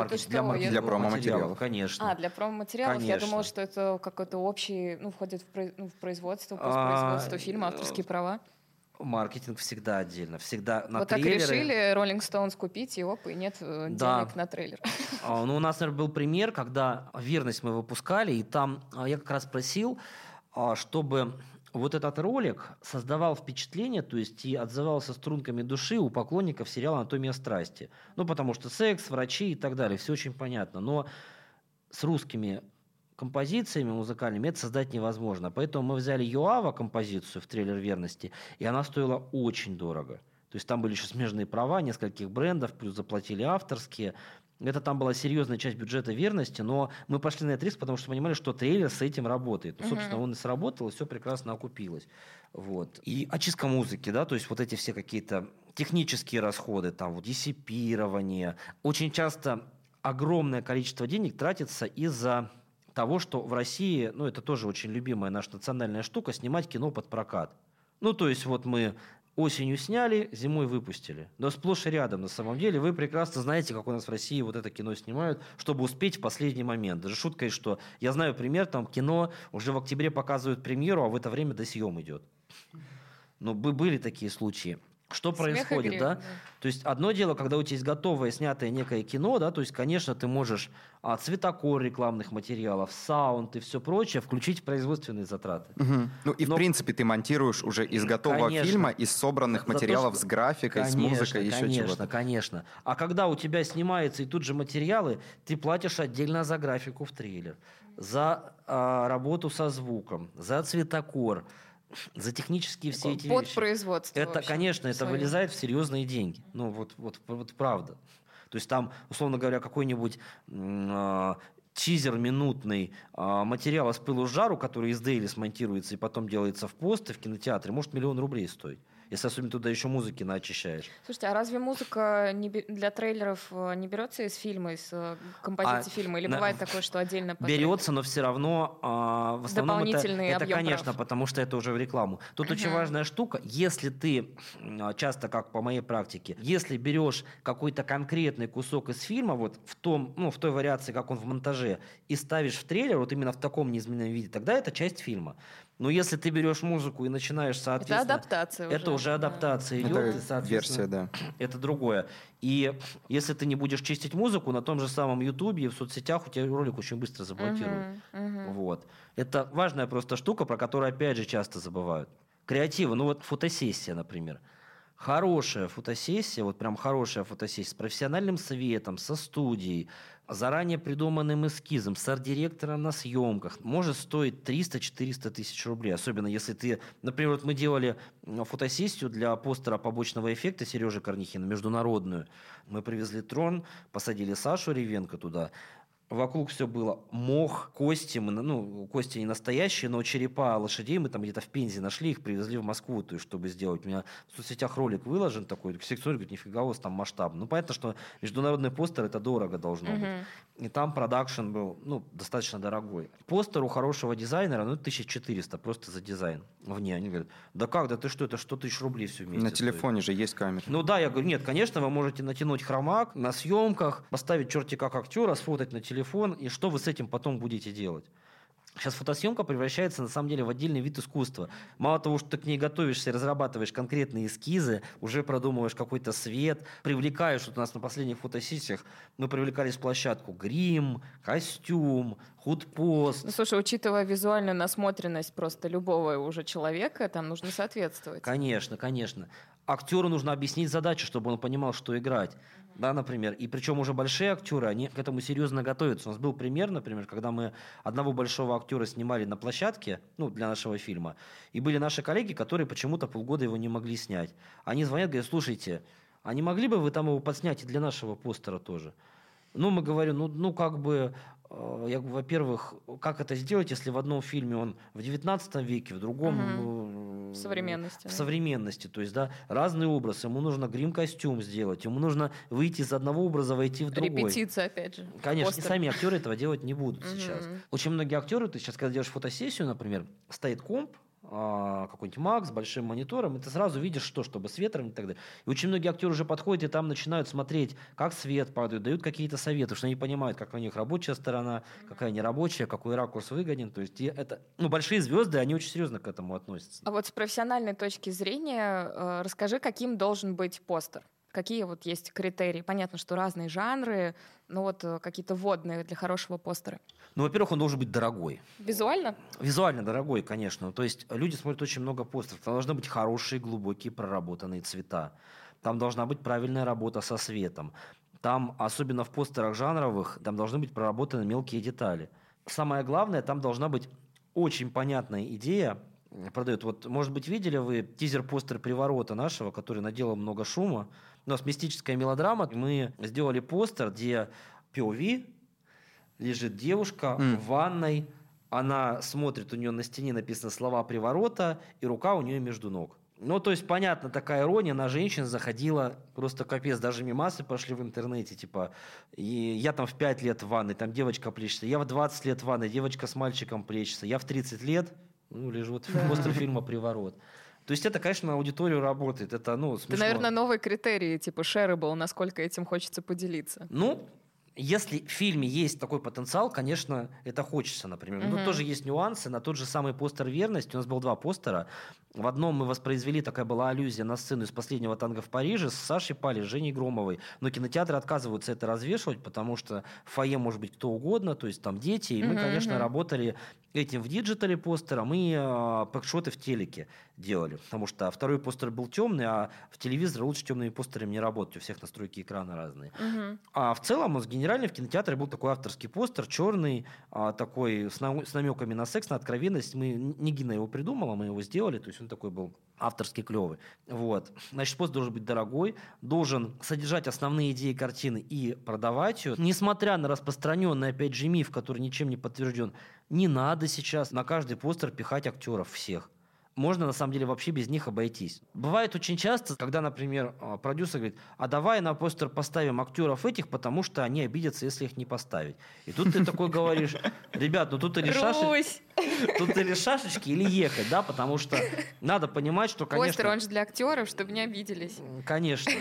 промо-материалов. Конечно. Для промо-материалов? Конечно. Я думала, что это какой-то общий, входит в производство, постпроизводство фильма, авторские права. Маркетинг всегда отдельно, всегда на вот трейлеры. Так решили Rolling Stones купить, и нет денег на трейлер. У нас, наверное, был пример, когда «Верность» мы выпускали, и там я как раз просил, чтобы вот этот ролик создавал впечатление, то есть и отзывался струнками души у поклонников сериала «Анатомия страсти». Потому что секс, врачи и так далее, все очень понятно. Но с русскими композициями музыкальными это создать невозможно. Поэтому мы взяли Юава композицию в трейлер «Верности», и она стоила очень дорого. То есть там были еще смежные права нескольких брендов, плюс заплатили авторские. Это там была серьезная часть бюджета «Верности», но мы пошли на этот риск, потому что понимали, что трейлер с этим работает. Собственно, он и сработал, и все прекрасно окупилось. Вот. И очистка музыки, да, то есть вот эти все какие-то технические расходы, там вот диссипирование. Очень часто огромное количество денег тратится из-за того, что в России, это тоже очень любимая наша национальная штука, снимать кино под прокат. То есть вот мы осенью сняли, зимой выпустили. Но сплошь и рядом, на самом деле. Вы прекрасно знаете, как у нас в России вот это кино снимают, чтобы успеть в последний момент. Даже шутка есть, что я знаю пример, там кино уже в октябре показывают премьеру, а в это время досъем идет. Были такие случаи. Что происходит, да? То есть одно дело, когда у тебя есть готовое, снятое некое кино, да, то есть, конечно, ты можешь цветокор рекламных материалов, саунд и все прочее включить в производственные затраты. Ну и в принципе ты монтируешь уже из готового фильма, из собранных материалов с графикой, с музыкой, еще чего-то. Конечно. А когда у тебя снимается и тут же материалы, ты платишь отдельно за графику в трейлер, за работу со звуком, за цветокор, за технические все эти вещи. Подпроизводство. Это, конечно, это вылезает в серьезные деньги. Ну, вот правда. То есть там, условно говоря, какой-нибудь тизер минутный материала «С пылу с жару», который из Дейли смонтируется и потом делается в пост и в кинотеатре, может 1 000 000 рублей стоить. Если особенно туда еще музыки наочищаешь. Слушайте, а разве музыка для трейлеров не берется из фильма, из композиции фильма? Или бывает такое, что отдельно по берется, трейлеру? Но все равно в основном дополнительный это конечно, прав. потому что это уже в рекламу. Тут очень важная штука. Если ты, часто, как по моей практике, если берешь какой-то конкретный кусок из фильма, вот в той вариации, как он в монтаже, и ставишь в трейлер, вот именно в таком неизменном виде, тогда это часть фильма. Но если ты берешь музыку и начинаешь, соответственно... Это адаптация уже. Это уже адаптация идет. Это и, соответственно, версия, да. Это другое. И если ты не будешь чистить музыку, на том же самом Ютубе и в соцсетях у тебя ролик очень быстро заблокируют. Вот. Это важная просто штука, про которую, опять же, часто забывают. Креативы. Ну вот фотосессия, например. Хорошая фотосессия, вот прям хорошая фотосессия с профессиональным светом, со студией, заранее придуманным эскизом, с арт-директором на съемках может стоить 300-400 тысяч рублей. Особенно если ты... Например, вот мы делали фотосессию для постера побочного эффекта Сережи Корнихина, международную. Мы привезли трон, посадили Сашу Ревенко туда. Вокруг все было мох, кости, кости не настоящие, но черепа лошадей мы там где-то в Пензе нашли, их привезли в Москву, то есть, чтобы сделать. У меня в соцсетях ролик выложен такой, все говорят, нифига у вас там масштаб. Ну, понятно, что международный постер это дорого должно быть. И там продакшн был, достаточно дорогой. Постер у хорошего дизайнера, 1400 просто за дизайн. Вне. Они говорят, да как, да ты что, это 100 тысяч рублей все вместе. На телефоне же есть камера. Ну да, я говорю, нет, конечно, вы можете натянуть хромак на съемках, поставить черти как актера, сфотать на телефон, и что вы с этим потом будете делать? Сейчас фотосъемка превращается на самом деле в отдельный вид искусства. Мало того, что ты к ней готовишься, разрабатываешь конкретные эскизы, уже продумываешь какой-то свет, привлекаешь, вот у нас на последних фотосессиях мы привлекали с площадку грим, костюм, худпост. Ну, слушай, учитывая визуальную насмотренность просто любого уже человека, там нужно соответствовать. Конечно, конечно. Актеру нужно объяснить задачу, чтобы он понимал, что играть. Да, например. И причем уже большие актеры, они к этому серьезно готовятся. У нас был пример, например, когда мы одного большого актера снимали на площадке, для нашего фильма, и были наши коллеги, которые почему-то полгода его не могли снять. Они звонят, говорят, слушайте, а не могли бы вы там его подснять и для нашего постера тоже? Мы говорим, я говорю, во-первых, как это сделать, если в одном фильме он в 19 веке, в другом в современности. В современности, то есть, да, разный образ. Ему нужно грим-костюм сделать, ему нужно выйти из одного образа, войти в другой. Репетиция, опять же. Конечно, и сами актеры этого делать не будут сейчас. Очень многие актеры, ты сейчас, когда делаешь фотосессию, например, стоит комп, какой-нибудь Mac с большим монитором, и ты сразу видишь, чтобы с ветром и так далее. И очень многие актеры уже подходят и там начинают смотреть, как свет падает, дают какие-то советы, что они понимают, как у них рабочая сторона, какая нерабочая, какой ракурс выгоден. То есть это, большие звезды, они очень серьезно к этому относятся. А вот с профессиональной точки зрения расскажи, каким должен быть постер? Какие вот есть критерии? Понятно, что разные жанры, но вот какие-то вводные для хорошего постера. Во-первых, он должен быть дорогой. Визуально? Визуально дорогой, конечно. То есть люди смотрят очень много постеров. Там должны быть хорошие, глубокие, проработанные цвета. Там должна быть правильная работа со светом. Там, особенно в постерах жанровых, там должны быть проработаны мелкие детали. Самое главное, там должна быть очень понятная идея, продают. Вот, может быть, видели вы тизер-постер «Приворота» нашего, который наделал много шума. У нас мистическая мелодрама. Мы сделали постер, где POV, лежит девушка в ванной, она смотрит, у нее на стене написано слова «Приворота», и рука у нее между ног. То есть, понятно, такая ирония на женщин заходила просто капец. Даже мемасы пошли в интернете, и я там в 5 лет в ванной, там девочка плещется, я в 20 лет в ванной, девочка с мальчиком плещется, я в 30 лет, лежу в постер фильма «Приворот». То есть это, конечно, на аудиторию работает. Это, смешно. Это, наверное, новый критерий, shareable, насколько этим хочется поделиться. Если в фильме есть такой потенциал, конечно, это хочется, например. Но тоже есть нюансы. На тот же самый постер «Верность» у нас было 2 постера. В одном мы воспроизвели, такая была аллюзия на сцену из «Последнего танго в Париже» с Сашей Пали, с Женей Громовой. Но кинотеатры отказываются это развешивать, потому что в фойе может быть кто угодно, то есть там дети. И мы, конечно, работали этим в диджитале постером и пэкшоты в телеке делали. Потому что второй постер был темный, а в телевизоре лучше темными постерами не работать. У всех настройки экрана разные. А в целом, генерально в кинотеатре был такой авторский постер, черный, такой с намеками на секс, на откровенность. Не Гина его придумала, мы его сделали. То есть он такой был авторский, клевый. Вот. Значит, постер должен быть дорогой, должен содержать основные идеи картины и продавать ее. Несмотря на распространенный, опять же, миф, который ничем не подтвержден, не надо сейчас на каждый постер пихать актеров всех. Можно, на самом деле, вообще без них обойтись. Бывает очень часто, когда, например, продюсер говорит, а давай на постер поставим актеров этих, потому что они обидятся, если их не поставить. И тут ты такой говоришь, ребят, ну тут или шашечки, или ехать, да, потому что надо понимать, что, конечно... Постер, он же для актеров, чтобы не обиделись. Конечно.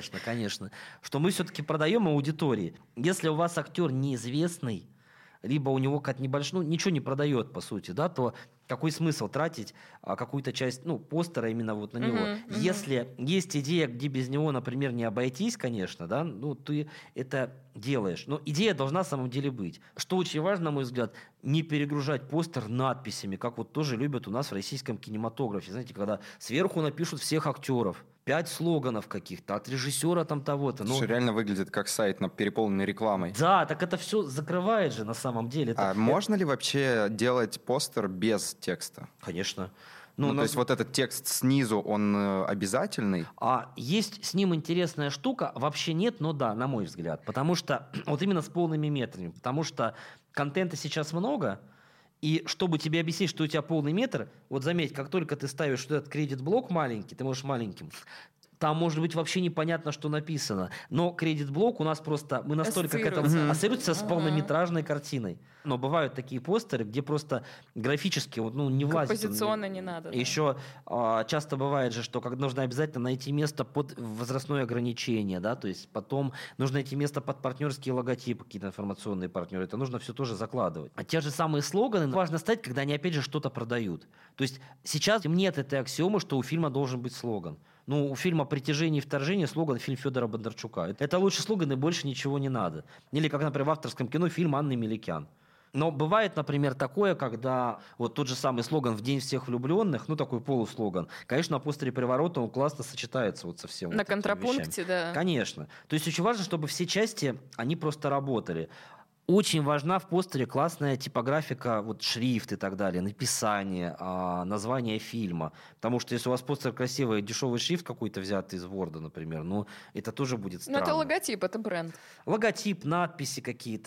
Что мы все-таки продаем аудитории. Если у вас актер неизвестный, либо у него какая-то небольшая, ничего не продает, по сути, да, то какой смысл тратить какую-то часть, постера именно вот на него? Если есть идея, где без него, например, не обойтись, конечно, да, ты это делаешь. Но идея должна на самом деле быть. Что очень важно, на мой взгляд, не перегружать постер надписями, как вот тоже любят у нас в российском кинематографе. Знаете, когда сверху напишут всех актеров, 5 слоганов каких-то, от режиссера там того-то. Что реально выглядит как сайт, переполненный рекламой. Да, так это все закрывает же на самом деле. Можно ли вообще делать постер без текста? Конечно. То есть вот этот текст снизу, он обязательный? Есть с ним интересная штука. Вообще нет, но да, на мой взгляд. Потому что вот именно с полными метрами. Потому что контента сейчас много. И чтобы тебе объяснить, что у тебя полный метр, вот заметь, как только ты ставишь этот кредит-блок маленький, ты можешь маленьким, там может быть вообще непонятно, что написано. Но кредит-блок у нас просто... Мы настолько к этому ассоциируемся с полнометражной картиной. Но бывают такие постеры, где просто графически не влазит. Композиционно не надо. Еще часто бывает же, что нужно обязательно найти место под возрастное ограничение, да, то есть потом нужно найти место под партнерские логотипы, какие-то информационные партнеры. Это нужно все тоже закладывать. А те же самые слоганы важно ставить, когда они опять же что-то продают. То есть сейчас нет этой аксиомы, что у фильма должен быть слоган. У фильма «Притяжение и вторжение» слоган «Фильм Федора Бондарчука». Это лучший слоган, и больше ничего не надо. Или, как, например, в авторском кино фильм Анны Меликян. Но бывает, например, такое, когда вот тот же самый слоган «В день всех влюбленных», такой полуслоган, конечно, на постере «Приворота» он классно сочетается вот со всем. На контрапункте, вещами. Да. Конечно. То есть очень важно, чтобы все части, они просто работали. Очень важна в постере классная типографика, шрифт и так далее, написание, название фильма. Потому что если у вас постер красивый, дешевый шрифт какой-то взятый из Word, например, это тоже будет странно. Это логотип, это бренд. Логотип, надписи какие-то.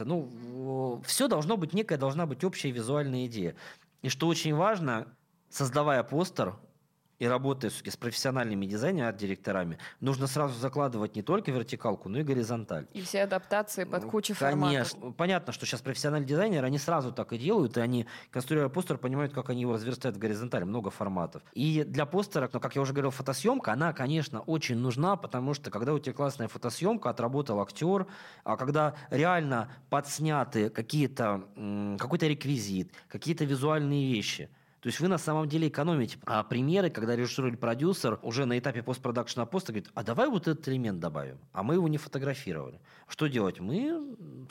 Все должна быть общая визуальная идея. И что очень важно, создавая постер, и работая с профессиональными дизайнерами, арт-директорами, нужно сразу закладывать не только вертикалку, но и горизонталь. И все адаптации под кучу форматов. Конечно. Понятно, что сейчас профессиональные дизайнеры, они сразу так и делают, и они, конструируя постер, понимают, как они его разверстают в горизонталь, много форматов. И для постера, как я уже говорил, фотосъемка, она, конечно, очень нужна, потому что, когда у тебя классная фотосъемка, отработал актер, а когда реально подсняты какой-то реквизит, какие-то визуальные вещи, то есть вы на самом деле экономите. А примеры, когда режиссер или продюсер уже на этапе постпродакшена поста говорит, а давай вот этот элемент добавим, а мы его не фотографировали. Что делать? Мы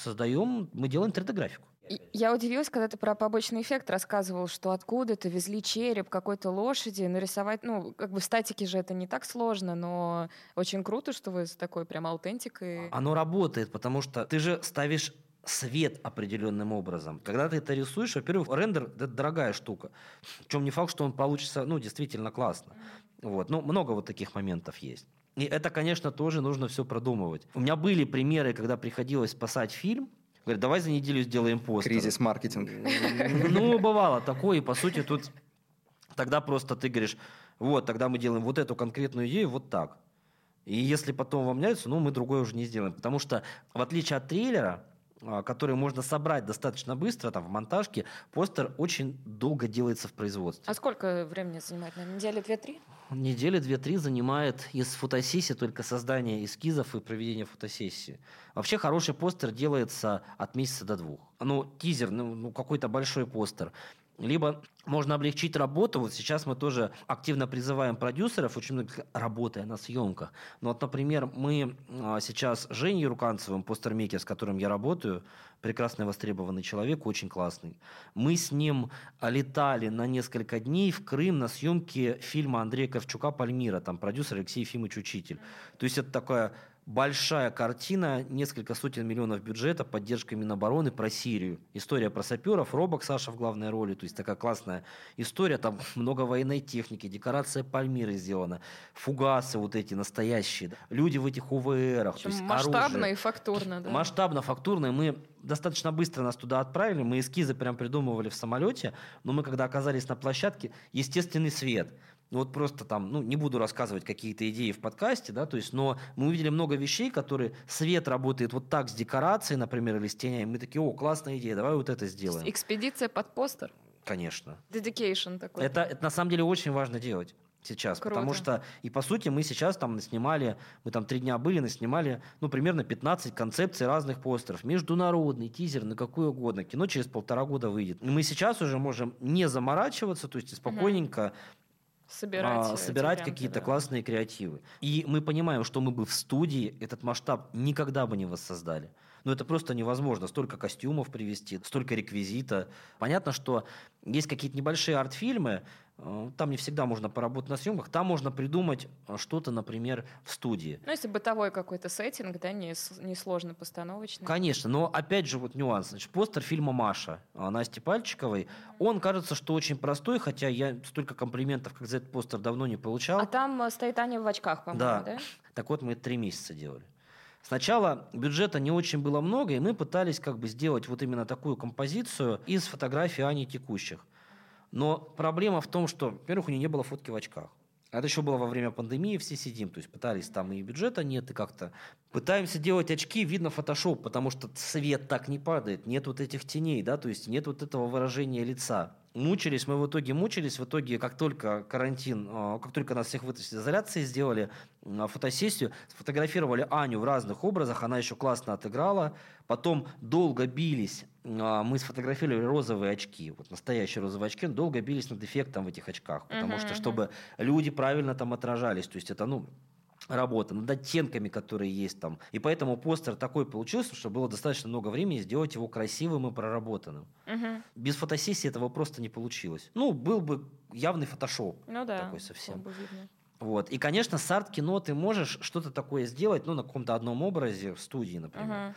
делаем 3D-графику. Я удивилась, когда ты про побочный эффект рассказывал, что откуда-то везли череп какой-то лошади, нарисовать, в статике же это не так сложно, но очень круто, что вы с такой прям аутентикой. Оно работает, потому что ты же ставишь свет определенным образом. Когда ты это рисуешь, во-первых, рендер – это дорогая штука. Причем не факт, что он получится, действительно классно. Много таких моментов есть. И это, конечно, тоже нужно все продумывать. У меня были примеры, когда приходилось спасать фильм. Говорят, давай за неделю сделаем постер. Кризис-маркетинг. Бывало такое. И, по сути, тут тогда просто ты говоришь, тогда мы делаем вот эту конкретную идею вот так. И если потом вам нравится, мы другое уже не сделаем. Потому что, в отличие от трейлера, который можно собрать достаточно быстро, в монтажке, постер очень долго делается в производстве. А сколько времени занимает? На неделю 2-3? недели 2-3 занимает из фотосессии только создание эскизов и проведение фотосессии. Вообще хороший постер делается от месяца до 2. Ну, тизер, какой-то большой постер. Либо можно облегчить работу. Вот сейчас мы тоже активно призываем продюсеров, очень много работая на съемках. Ну вот, например, мы сейчас с Женей Руканцевым, постермейкер, с которым я работаю, прекрасный востребованный человек, очень классный. Мы с ним летали на несколько дней в Крым на съемки фильма Андрея Ковчука «Пальмира». Там продюсер Алексей Ефимович Учитель. То есть это такая большая картина, несколько сотен миллионов бюджета, поддержка Минобороны про Сирию. История про саперов, Робок Саша в главной роли. То есть такая классная история, там много военной техники, декорация Пальмиры сделана, фугасы вот эти настоящие, люди в этих ОВРах. Масштабно оружие. И фактурно. Да? Масштабно, фактурно. Мы достаточно быстро нас туда отправили, мы эскизы прям придумывали в самолете, но мы когда оказались на площадке, естественный свет. Вот просто там, не буду рассказывать какие-то идеи в подкасте, да, то есть, но мы увидели много вещей, которые свет работает вот так с декорацией, например, или с тенями. Мы такие, классная идея, давай вот это сделаем. Экспедиция под постер? Конечно. Dedication такой. Это на самом деле очень важно делать сейчас, Круто. Потому что, и по сути, мы сейчас там наснимали, мы там 3 дня были, наснимали, примерно 15 концепций разных постеров. Международный, тизерный, какой угодно. Кино через 1,5 года выйдет. И мы сейчас уже можем не заморачиваться, то есть спокойненько собирать какие-то классные креативы. И мы понимаем, что мы бы в студии этот масштаб никогда бы не воссоздали. Это просто невозможно. Столько костюмов привезти, столько реквизита. Понятно, что есть какие-то небольшие арт-фильмы, там не всегда можно поработать на съемках, там можно придумать что-то, например, в студии. Если бытовой какой-то сеттинг, да, не сложно постановочный. Конечно, но опять же нюанс. Значит, постер фильма «Маша» Насти Пальчиковой, он кажется, что очень простой, хотя я столько комплиментов, как за этот постер, давно не получал. А там стоит Аня в очках, по-моему, да? Так вот, мы 3 месяца делали. Сначала бюджета не очень было много, и мы пытались сделать вот именно такую композицию из фотографий Ани текущих. Но проблема в том, что, во-первых, у нее не было фотки в очках. А это еще было во время пандемии, все сидим, то есть пытались, там и бюджета нет, и как-то пытаемся делать очки, видно фотошоп, потому что свет так не падает, нет вот этих теней, да, то есть нет вот этого выражения лица. Мучились, мы в итоге, как только карантин, как только нас всех вытащили из изоляции, сделали фотосессию, сфотографировали Аню в разных образах, она еще классно отыграла, потом долго бились, мы сфотографировали розовые очки, вот настоящие розовые очки, долго бились над эффектом в этих очках, потому что, чтобы люди правильно там отражались, то есть это, работа над оттенками, которые есть там. И поэтому постер такой получился, что было достаточно много времени сделать его красивым и проработанным. Без фотосессии этого просто не получилось. Был бы явный фотошоп. Такой совсем. Вот. И, конечно, с арт-кино ты можешь что-то такое сделать, на каком-то одном образе в студии, например.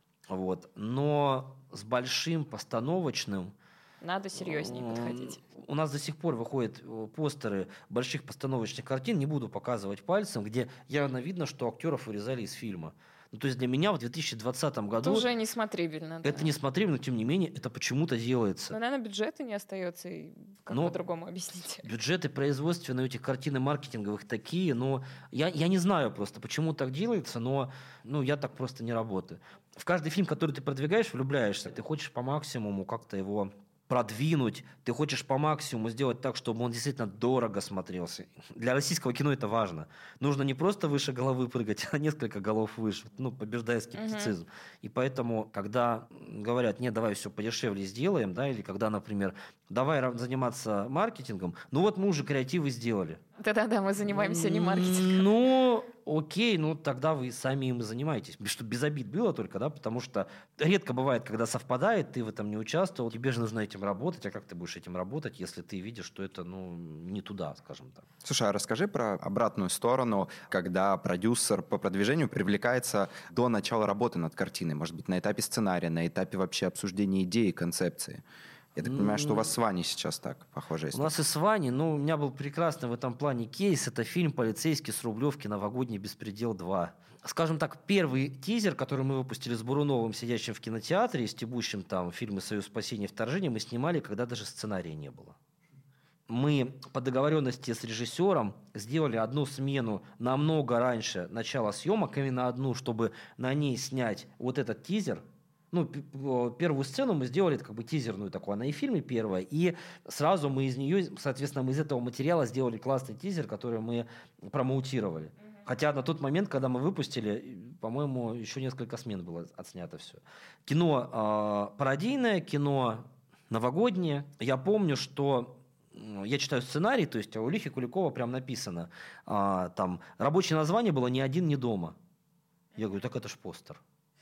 Вот. Но с большим постановочным надо серьезнее подходить. У нас до сих пор выходят постеры больших постановочных картин, не буду показывать пальцем, где явно видно, что актеров вырезали из фильма. То есть для меня в 2020 году... Это уже несмотрибельно. Это несмотрибельно, тем не менее, это почему-то делается. Наверное, бюджета не остается, и как по-другому объяснить. Бюджеты производственные у этих картин и маркетинговых такие, но я не знаю просто, почему так делается, но я так просто не работаю. В каждый фильм, который ты продвигаешь, влюбляешься, ты хочешь по максимуму как-то его продвинуть, ты хочешь по максимуму сделать так, чтобы он действительно дорого смотрелся. Для российского кино это важно. Нужно не просто выше головы прыгать, а несколько голов выше, побеждая скептицизм. И поэтому, когда говорят, нет, давай все подешевле сделаем, да, или когда, например, давай заниматься маркетингом, мы уже креативы сделали. Да-да-да, мы занимаемся не маркетингом. Окей, тогда вы сами им и занимаетесь. Чтобы без обид было только, да, потому что редко бывает, когда совпадает, ты в этом не участвовал, тебе же нужно этим работать, а как ты будешь этим работать, если ты видишь, что это, не туда, скажем так. Слушай, а расскажи про обратную сторону, когда продюсер по продвижению привлекается до начала работы над картиной, может быть, на этапе сценария, на этапе вообще обсуждения идеи, концепции. Я так понимаю, что у вас с Ваней сейчас так похоже. У нас и с Ваней, у меня был прекрасный в этом плане кейс. Это фильм «Полицейский с Рублевки. Новогодний беспредел 2». Скажем так, первый тизер, который мы выпустили с Буруновым, сидящим в кинотеатре, и стебущим там фильмы «Союз спасения и вторжения», мы снимали, когда даже сценария не было. Мы по договоренности с режиссером сделали одну смену намного раньше начала съемок, именно одну, чтобы на ней снять вот этот тизер. первую сцену мы сделали как бы тизерную такую, она и в фильме первая, и сразу мы из нее, соответственно, мы из этого материала сделали классный тизер, который мы промоутировали. Хотя на тот момент, когда мы выпустили, по-моему, еще несколько смен было отснято все. Кино пародийное, кино новогоднее. Я помню, что я читаю сценарий, то есть у Ильи Куликова прям написано, там рабочее название было «Ни один, ни дома». Я говорю, так это ж постер.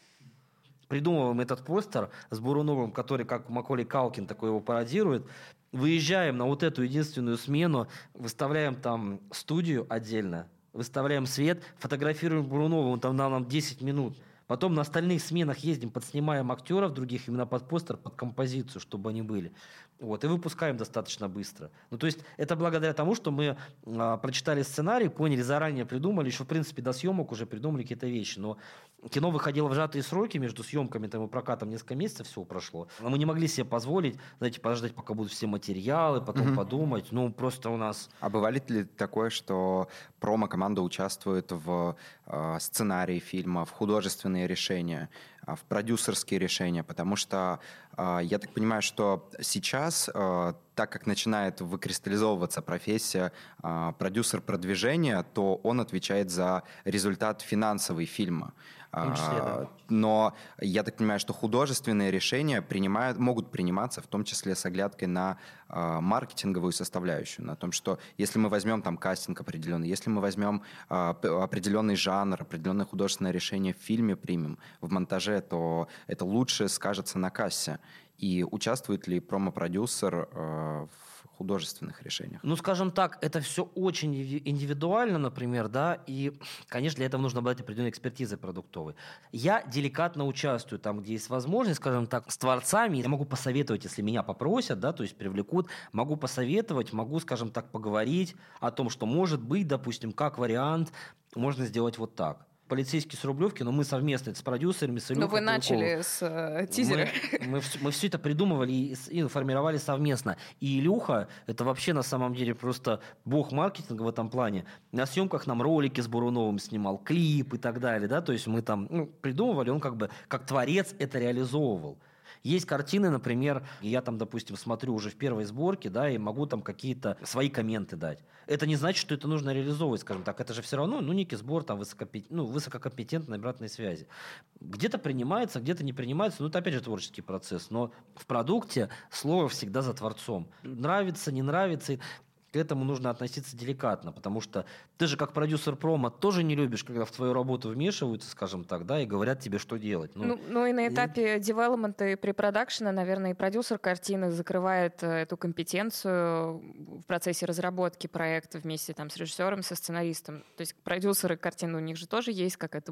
Придумываем этот постер с Буруновым, который, как Маколей Калкин, такой его пародирует. Выезжаем на вот эту единственную смену, выставляем там студию отдельно, выставляем свет, фотографируем Бурунова, он там дал нам 10 минут. Потом на остальных сменах ездим, подснимаем актеров других именно под постер, под композицию, чтобы они были. Вот, и выпускаем достаточно быстро. То есть это благодаря тому, что мы прочитали сценарий, поняли, заранее придумали, еще, в принципе, до съемок уже придумали какие-то вещи. Но кино выходило в сжатые сроки, между съемками там, и прокатом несколько месяцев всего прошло. Но мы не могли себе позволить, знаете, подождать, пока будут все материалы, потом подумать. Просто у нас... А бывает ли такое, что промо-команда участвует в сценарии фильма, в художественные решения, в продюсерские решения? Потому что я так понимаю, что сейчас, так как начинает выкристаллизовываться профессия продюсер продвижения, то он отвечает за результат финансовый фильма. В том числе, да. Но я так понимаю, что художественные решения могут приниматься, в том числе с оглядкой на маркетинговую составляющую, на том, что если мы возьмем там кастинг определенный, если мы возьмем определенный жанр, определенное художественное решение в фильме примем, в монтаже, то это лучше скажется на кассе. И участвует ли промо-продюсер в художественных решениях? Скажем так, это все очень индивидуально, например, да, и, конечно, для этого нужно обладать определенной экспертизой продуктовой. Я деликатно участвую там, где есть возможность, скажем так, с творцами. Я могу посоветовать, если меня попросят, да, то есть привлекут, могу посоветовать, могу, скажем так, поговорить о том, что может быть, допустим, как вариант, можно сделать вот так. «Полицейский с Рублевки», но мы совместно с продюсерами, с Илюхой Но вы Куликовым. начали с тизера. Мы все это придумывали и формировали совместно. И Илюха – это вообще на самом деле просто бог маркетинга в этом плане. На съемках нам ролики с Буруновым снимал, клип и так далее. Да? То есть мы там придумывали, он как бы как творец это реализовывал. Есть картины, например, я там, допустим, смотрю уже в первой сборке, да, и могу там какие-то свои комменты дать. Это не значит, что это нужно реализовывать, скажем так. Это же все равно, некий сбор там высококомпетентной обратной связи. Где-то принимается, где-то не принимается. Это опять же творческий процесс. Но в продукте слово всегда за творцом. Нравится, не нравится. К этому нужно относиться деликатно, потому что ты же как продюсер промо тоже не любишь, когда в твою работу вмешиваются, скажем так, да, и говорят тебе, что делать. И на этапе девелопмента и препродакшена, наверное, и продюсер картины закрывает эту компетенцию в процессе разработки проекта вместе там, с режиссером, со сценаристом. То есть продюсеры картины, у них же тоже есть какая-то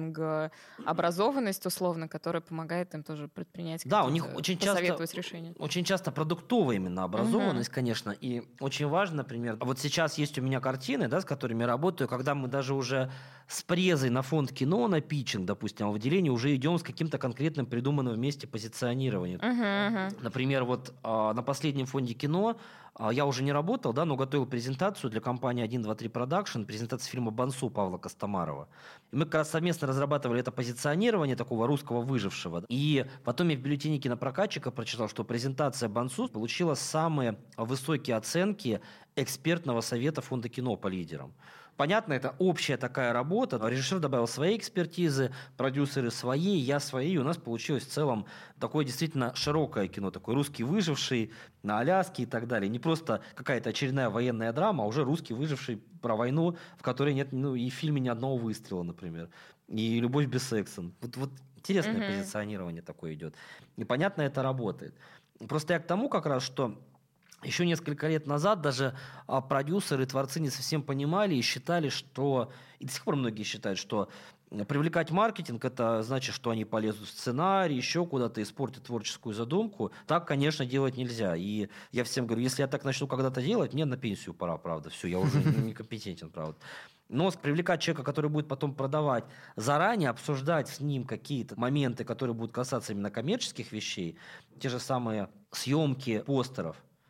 маркетинг-образованность, условно, которая помогает им тоже предпринять да, у них очень посоветовать решения. Очень часто продуктовая именно образованность, конечно, и очень важно, например, вот сейчас есть у меня картины, да, с которыми работаю, когда мы даже уже с презой на фонд кино, на питчинг, допустим, в выделении уже идем с каким-то конкретным придуманным вместе позиционированием. Например, вот на последнем фонде кино я уже не работал, да, но готовил презентацию для компании 123 Production, презентация фильма «Бансу» Павла Костомарова. И мы как раз совместно разрабатывали это позиционирование такого русского выжившего. И потом я в бюллетене кинопрокатчика прочитал, что презентация «Бансу» получила самые высокие оценки экспертного совета фонда кино по лидерам. Понятно, это общая такая работа. Режиссер добавил свои экспертизы, продюсеры свои, я свои. И у нас получилось в целом такое действительно широкое кино, такой русский выживший на Аляске и так далее. Не просто какая-то очередная военная драма, а уже русский выживший про войну, в которой нет и в фильме ни одного выстрела, например. И «Любовь без секса». Вот интересное позиционирование такое идет. И понятно, это работает. Просто я к тому как раз, что еще несколько лет назад даже продюсеры, творцы не совсем понимали и считали, что... И до сих пор многие считают, что привлекать маркетинг – это значит, что они полезут в сценарий, еще куда-то испортят творческую задумку. Так, конечно, делать нельзя. И я всем говорю, если я так начну когда-то делать, мне на пенсию пора, правда. Все, я уже некомпетентен, правда. Но привлекать человека, который будет потом продавать, заранее обсуждать с ним какие-то моменты, которые будут касаться именно коммерческих вещей, те же самые съемки постеров.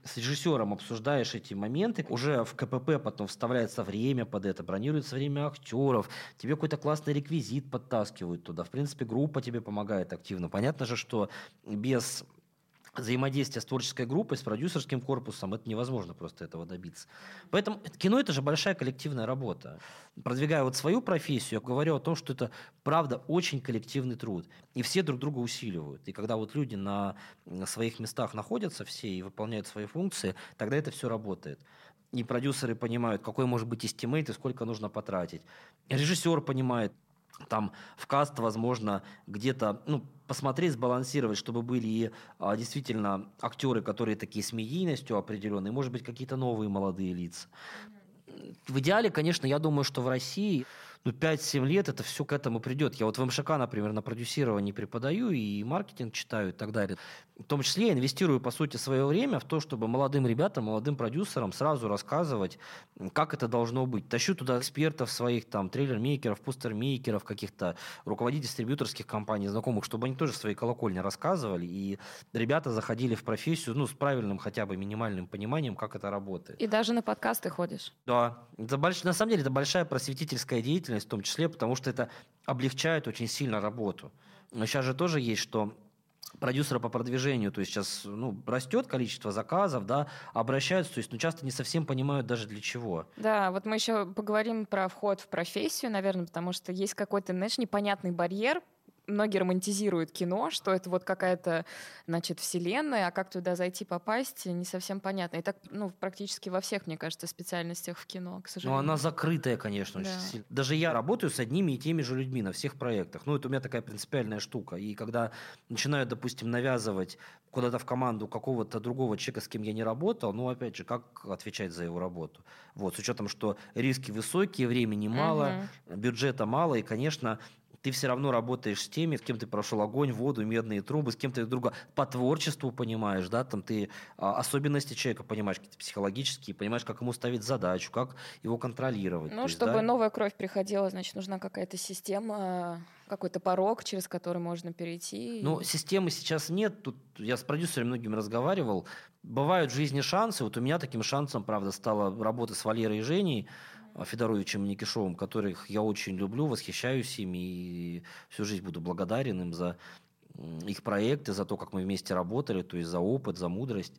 с режиссером обсуждаешь эти моменты, уже в КПП потом вставляется время под это, бронируется время актеров, тебе какой-то классный реквизит подтаскивают туда. В принципе, группа тебе помогает активно. Понятно же, что без взаимодействия с творческой группой, с продюсерским корпусом, это невозможно просто этого добиться. Поэтому кино – это же большая коллективная работа. Продвигая вот свою профессию, я говорю о том, что это, правда, очень коллективный труд. И все друг друга усиливают. И когда вот люди на своих местах находятся все и выполняют свои функции, тогда это все работает. И продюсеры понимают, какой может быть эстимейт и сколько нужно потратить. И режиссер понимает, там в каст, возможно, где-то посмотреть, сбалансировать, чтобы были и действительно актеры, которые такие с медийностью определенные, может быть, какие-то новые молодые лица. В идеале, конечно, я думаю, что в России 5-7 лет это все к этому придет. Я вот в МШК, например, на продюсирование преподаю и маркетинг читаю и так далее. В том числе я инвестирую, по сути, свое время в то, чтобы молодым ребятам, молодым продюсерам сразу рассказывать, как это должно быть. Тащу туда экспертов своих, там, трейлер-мейкеров, постер-мейкеров, каких-то руководителей дистрибьюторских компаний, знакомых, чтобы они тоже свои колокольни рассказывали, и ребята заходили в профессию, с правильным хотя бы минимальным пониманием, как это работает. И даже на подкасты ходишь. Да. На самом деле это большая просветительская деятельность, в том числе, потому что это облегчает очень сильно работу. Но сейчас же тоже есть, что продюсеры по продвижению, то есть сейчас растет количество заказов, да, обращаются, то есть часто не совсем понимают даже для чего. Да, вот мы еще поговорим про вход в профессию, наверное, потому что есть какой-то, непонятный барьер. Многие романтизируют кино, что это вот какая-то, вселенная, а как туда зайти, попасть, не совсем понятно. И так, практически во всех, мне кажется, специальностях в кино, к сожалению. Она закрытая, конечно, да. очень сильно. Даже я работаю с одними и теми же людьми на всех проектах. Это у меня такая принципиальная штука. И когда начинают, допустим, навязывать куда-то в команду какого-то другого человека, с кем я не работал, опять же, как отвечать за его работу? Вот, с учетом, что риски высокие, времени мало, бюджета мало, и, конечно, ты все равно работаешь с теми, с кем ты прошел огонь, воду, медные трубы, с кем ты друг друга по творчеству понимаешь, да, там ты особенности человека понимаешь, какие-то психологические, понимаешь, как ему ставить задачу, как его контролировать. Чтобы новая кровь приходила, нужна какая-то система, какой-то порог, через который можно перейти. Системы сейчас нет. Тут я с продюсерами многими разговаривал. Бывают в жизни шансы. Вот у меня таким шансом, правда, стала работа с Валерой и Женей Федоровичем и Никишовым, которых я очень люблю, восхищаюсь ими и всю жизнь буду благодарен им за их проекты, за то, как мы вместе работали, то есть за опыт, за мудрость.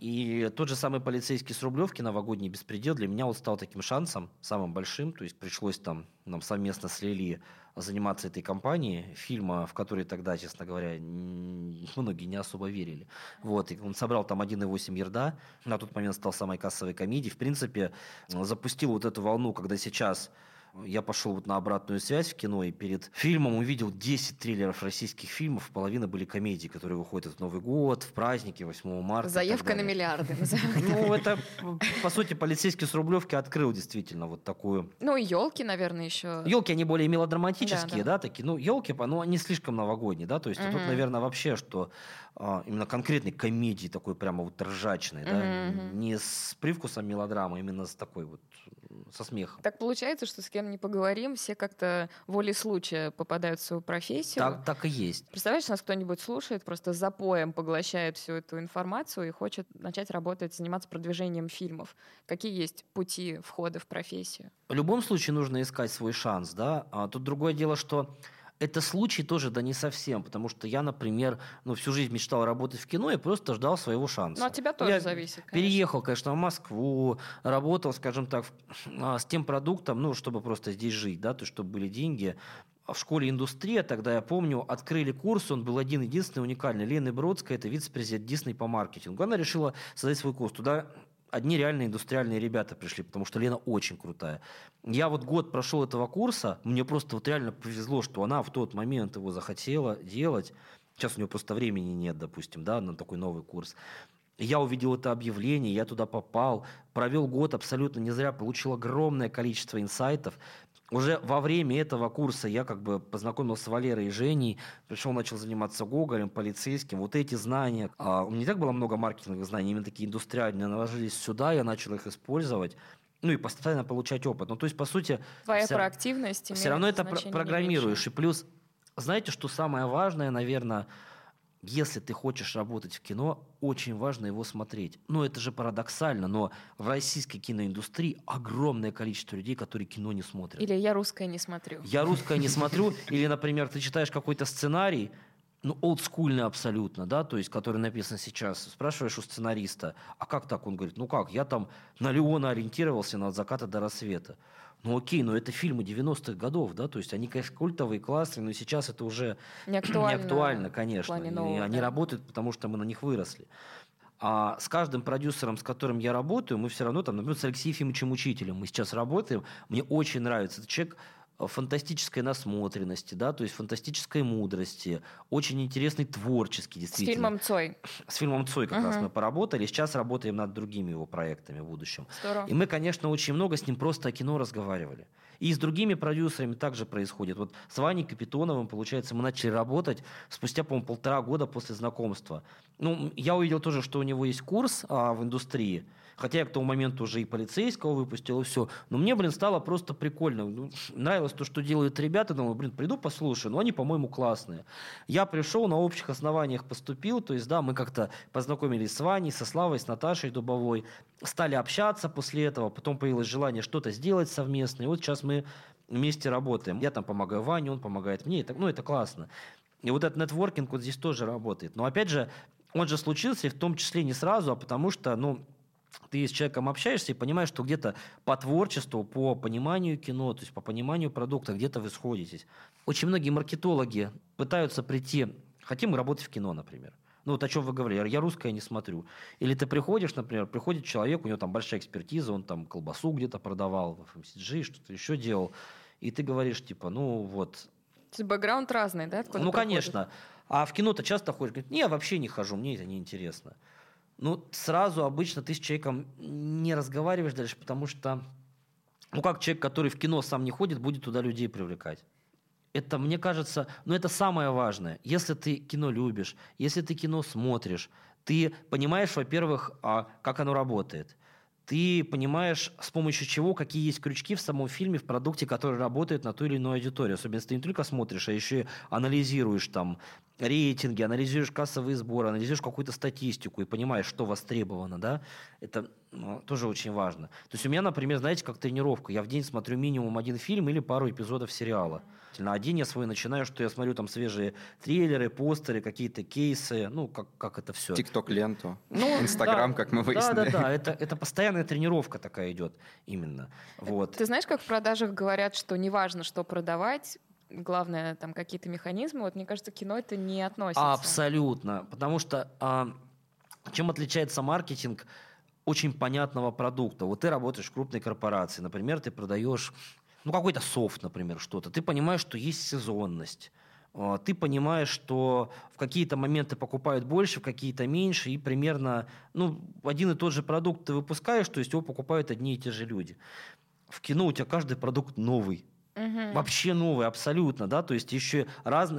И тот же самый «Полицейский с Рублевки», «Новогодний беспредел» для меня стал таким шансом, самым большим. То есть пришлось нам совместно с Лили заниматься этой кампанией фильма, в который тогда, честно говоря, многие не особо верили. Вот, и он собрал там 1,8 ярда, на тот момент стал самой кассовой комедией. В принципе, запустил вот эту волну, когда сейчас я пошел на обратную связь в кино и перед фильмом увидел 10 триллеров российских фильмов, половина были комедии, которые выходят в Новый год, в праздники, 8 марта. Заявка на миллиарды. Это, по сути, «Полицейский с Рублевки» открыл действительно вот такую... И «Елки», наверное, еще. «Елки», они более мелодраматические, да, такие. «Елки», они слишком новогодние, да, то есть тут, наверное, вообще, что именно конкретной комедии такой прямо вот ржачной, да, не с привкусом мелодрамы, именно с такой вот, со смехом. Так получается, что с кем не поговорим, все как-то волей случая попадают в свою профессию. Так и есть. Представляешь, нас кто-нибудь слушает, просто с запоем поглощает всю эту информацию и хочет начать работать, заниматься продвижением фильмов. Какие есть пути входа в профессию? В любом случае нужно искать свой шанс, да. А тут другое дело, что это случай тоже, да не совсем, потому что я, например, всю жизнь мечтал работать в кино и просто ждал своего шанса. От тебя тоже зависит, конечно. Переехал, конечно, в Москву, работал, скажем так, с тем продуктом, чтобы просто здесь жить, да, то есть чтобы были деньги. В школе «Индустрия», тогда, я помню, открыли курс, он был один-единственный, уникальный. Лена Бродская, это вице-президент Дисней по маркетингу. Она решила создать свой курс. Туда одни реальные индустриальные ребята пришли, потому что Лена очень крутая. Я год прошел этого курса, мне просто реально повезло, что она в тот момент его захотела делать. Сейчас у нее просто времени нет, допустим, да, на такой новый курс. Я увидел это объявление, я туда попал, провел год абсолютно не зря, получил огромное количество инсайтов. Уже во время этого курса я познакомился с Валерой и Женей, пришел, начал заниматься Гоголем, полицейским. Вот эти знания, у меня не так было много маркетинговых знаний, именно такие индустриальные, наложились сюда, я начал их использовать. И постоянно получать опыт. То есть, по сути... Твоя проактивность все равно это программируешь. И плюс, знаете, что самое важное, наверное, если ты хочешь работать в кино, очень важно его смотреть. Ну, это же парадоксально, но в российской киноиндустрии огромное количество людей, которые кино не смотрят. Или я русское не смотрю. Я русское не смотрю. Или, например, ты читаешь какой-то сценарий, ну, олдскульный абсолютно, да, то есть, который написан сейчас. Спрашиваешь у сценариста, а как так? Он говорит, ну как, я там на Леона ориентировался на «От заката до рассвета». Ну окей, но это фильмы 90-х годов, да, то есть они, конечно, культовые, классные, но сейчас это уже не актуально, конечно. И они работают, потому что мы на них выросли. А с каждым продюсером, с которым я работаю, мы все равно, там, например, с Алексеем Ефимовичем Учителем мы сейчас работаем, мне очень нравится. Это человек фантастической насмотренности, да, то есть фантастической мудрости, очень интересный творческий, действительно. С фильмом «Цой». С фильмом «Цой» как раз мы поработали, сейчас работаем над другими его проектами в будущем. Здорово. И мы, конечно, очень много с ним просто о кино разговаривали. И с другими продюсерами также происходит. Вот с Ваней Капитоновым, получается, мы начали работать спустя, по-моему, 1,5 года после знакомства. Ну, я увидел тоже, что у него есть курс в индустрии, хотя я к тому моменту уже и полицейского выпустил, и все. Но мне, стало просто прикольно. Ну, нравилось то, что делают ребята. Думаю, приду послушаю. Но они, по-моему, классные. Я пришел, на общих основаниях поступил. То есть, да, мы как-то познакомились с Ваней, со Славой, с Наташей Дубовой. Стали общаться после этого. Потом появилось желание что-то сделать совместно. И вот сейчас мы вместе работаем. Я там помогаю Ване, он помогает мне. Это классно. И вот этот нетворкинг вот здесь тоже работает. Но, опять же, он же случился, и в том числе не сразу, а потому что, ты с человеком общаешься и понимаешь, что где-то по творчеству, по пониманию кино, то есть по пониманию продукта, где-то вы сходитесь. Очень многие маркетологи пытаются прийти, хотим работать в кино, например. Ну, вот о чем вы говорили, я русское не смотрю. Или ты приходишь, например, приходит человек, у него там большая экспертиза, он там колбасу где-то продавал в FMCG, что-то еще делал, и ты говоришь, типа, То есть бэкграунд разный, да? Откуда конечно. А в кино-то часто ходишь, говорит, я вообще не хожу, мне это неинтересно. Сразу обычно ты с человеком не разговариваешь дальше, потому что, как человек, который в кино сам не ходит, будет туда людей привлекать? Это, мне кажется, это самое важное. Если ты кино любишь, если ты кино смотришь, ты понимаешь, во-первых, как оно работает. Ты понимаешь, с помощью чего, какие есть крючки в самом фильме, в продукте, который работает на ту или иную аудиторию. Особенно, если ты не только смотришь, а еще и анализируешь там рейтинги, анализируешь кассовые сборы, анализируешь какую-то статистику и понимаешь, что востребовано, да, это тоже очень важно. То есть у меня, например, знаете, как тренировка. Я в день смотрю минимум 1 фильм или пару эпизодов сериала. На день я свой начинаю, что я смотрю там свежие трейлеры, постеры, какие-то кейсы, как это все. ТикТок-ленту, Инстаграм, как мы выяснили. Да, это постоянная тренировка такая идет именно. Вот. Ты знаешь, как в продажах говорят, что не важно, что продавать, главное, там какие-то механизмы. Вот мне кажется, кино это не относится. Абсолютно. Потому что чем отличается маркетинг очень понятного продукта? Вот ты работаешь в крупной корпорации, например, ты продаешь какой-то софт, например, что-то. Ты понимаешь, что есть сезонность. Ты понимаешь, что в какие-то моменты покупают больше, в какие-то меньше, и примерно один и тот же продукт ты выпускаешь, то есть его покупают одни и те же люди. В кино у тебя каждый продукт новый. Вообще новый, абсолютно, да, то есть еще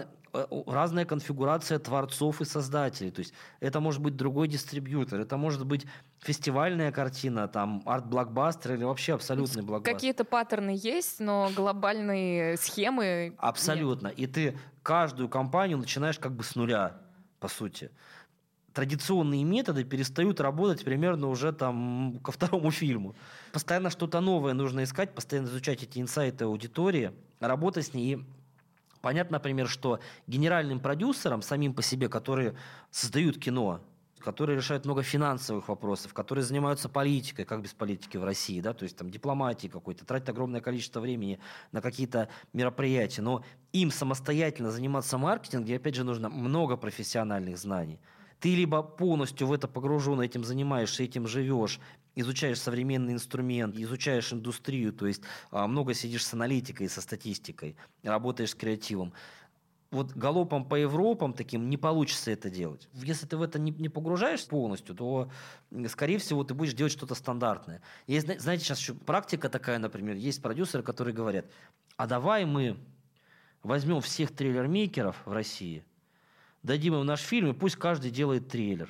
разная конфигурация творцов и создателей, то есть это может быть другой дистрибьютор, это может быть фестивальная картина, там, арт-блокбастер или вообще абсолютный блокбастер. Какие-то паттерны есть, но глобальные схемы абсолютно, нет. И ты каждую кампанию начинаешь как бы с нуля, по сути. Традиционные методы перестают работать примерно уже там ко 2-му фильму. Постоянно что-то новое нужно искать, постоянно изучать эти инсайты аудитории, работать с ней. И понятно, например, что генеральным продюсерам, самим по себе, которые создают кино, которые решают много финансовых вопросов, которые занимаются политикой, как без политики в России, да, то есть там дипломатией какой-то, тратят огромное количество времени на какие-то мероприятия, но им самостоятельно заниматься маркетингом, опять же, нужно много профессиональных знаний. Ты либо полностью в это погружен, этим занимаешься, этим живешь, изучаешь современный инструмент, изучаешь индустрию, то есть много сидишь с аналитикой, со статистикой, работаешь с креативом. Вот галопом по Европам таким не получится это делать. Если ты в это не погружаешься полностью, то, скорее всего, ты будешь делать что-то стандартное. Есть, знаете, сейчас еще практика такая, например, есть продюсеры, которые говорят, а давай мы возьмем всех трейлер-мейкеров в России, дадим им наш фильм, и пусть каждый делает трейлер.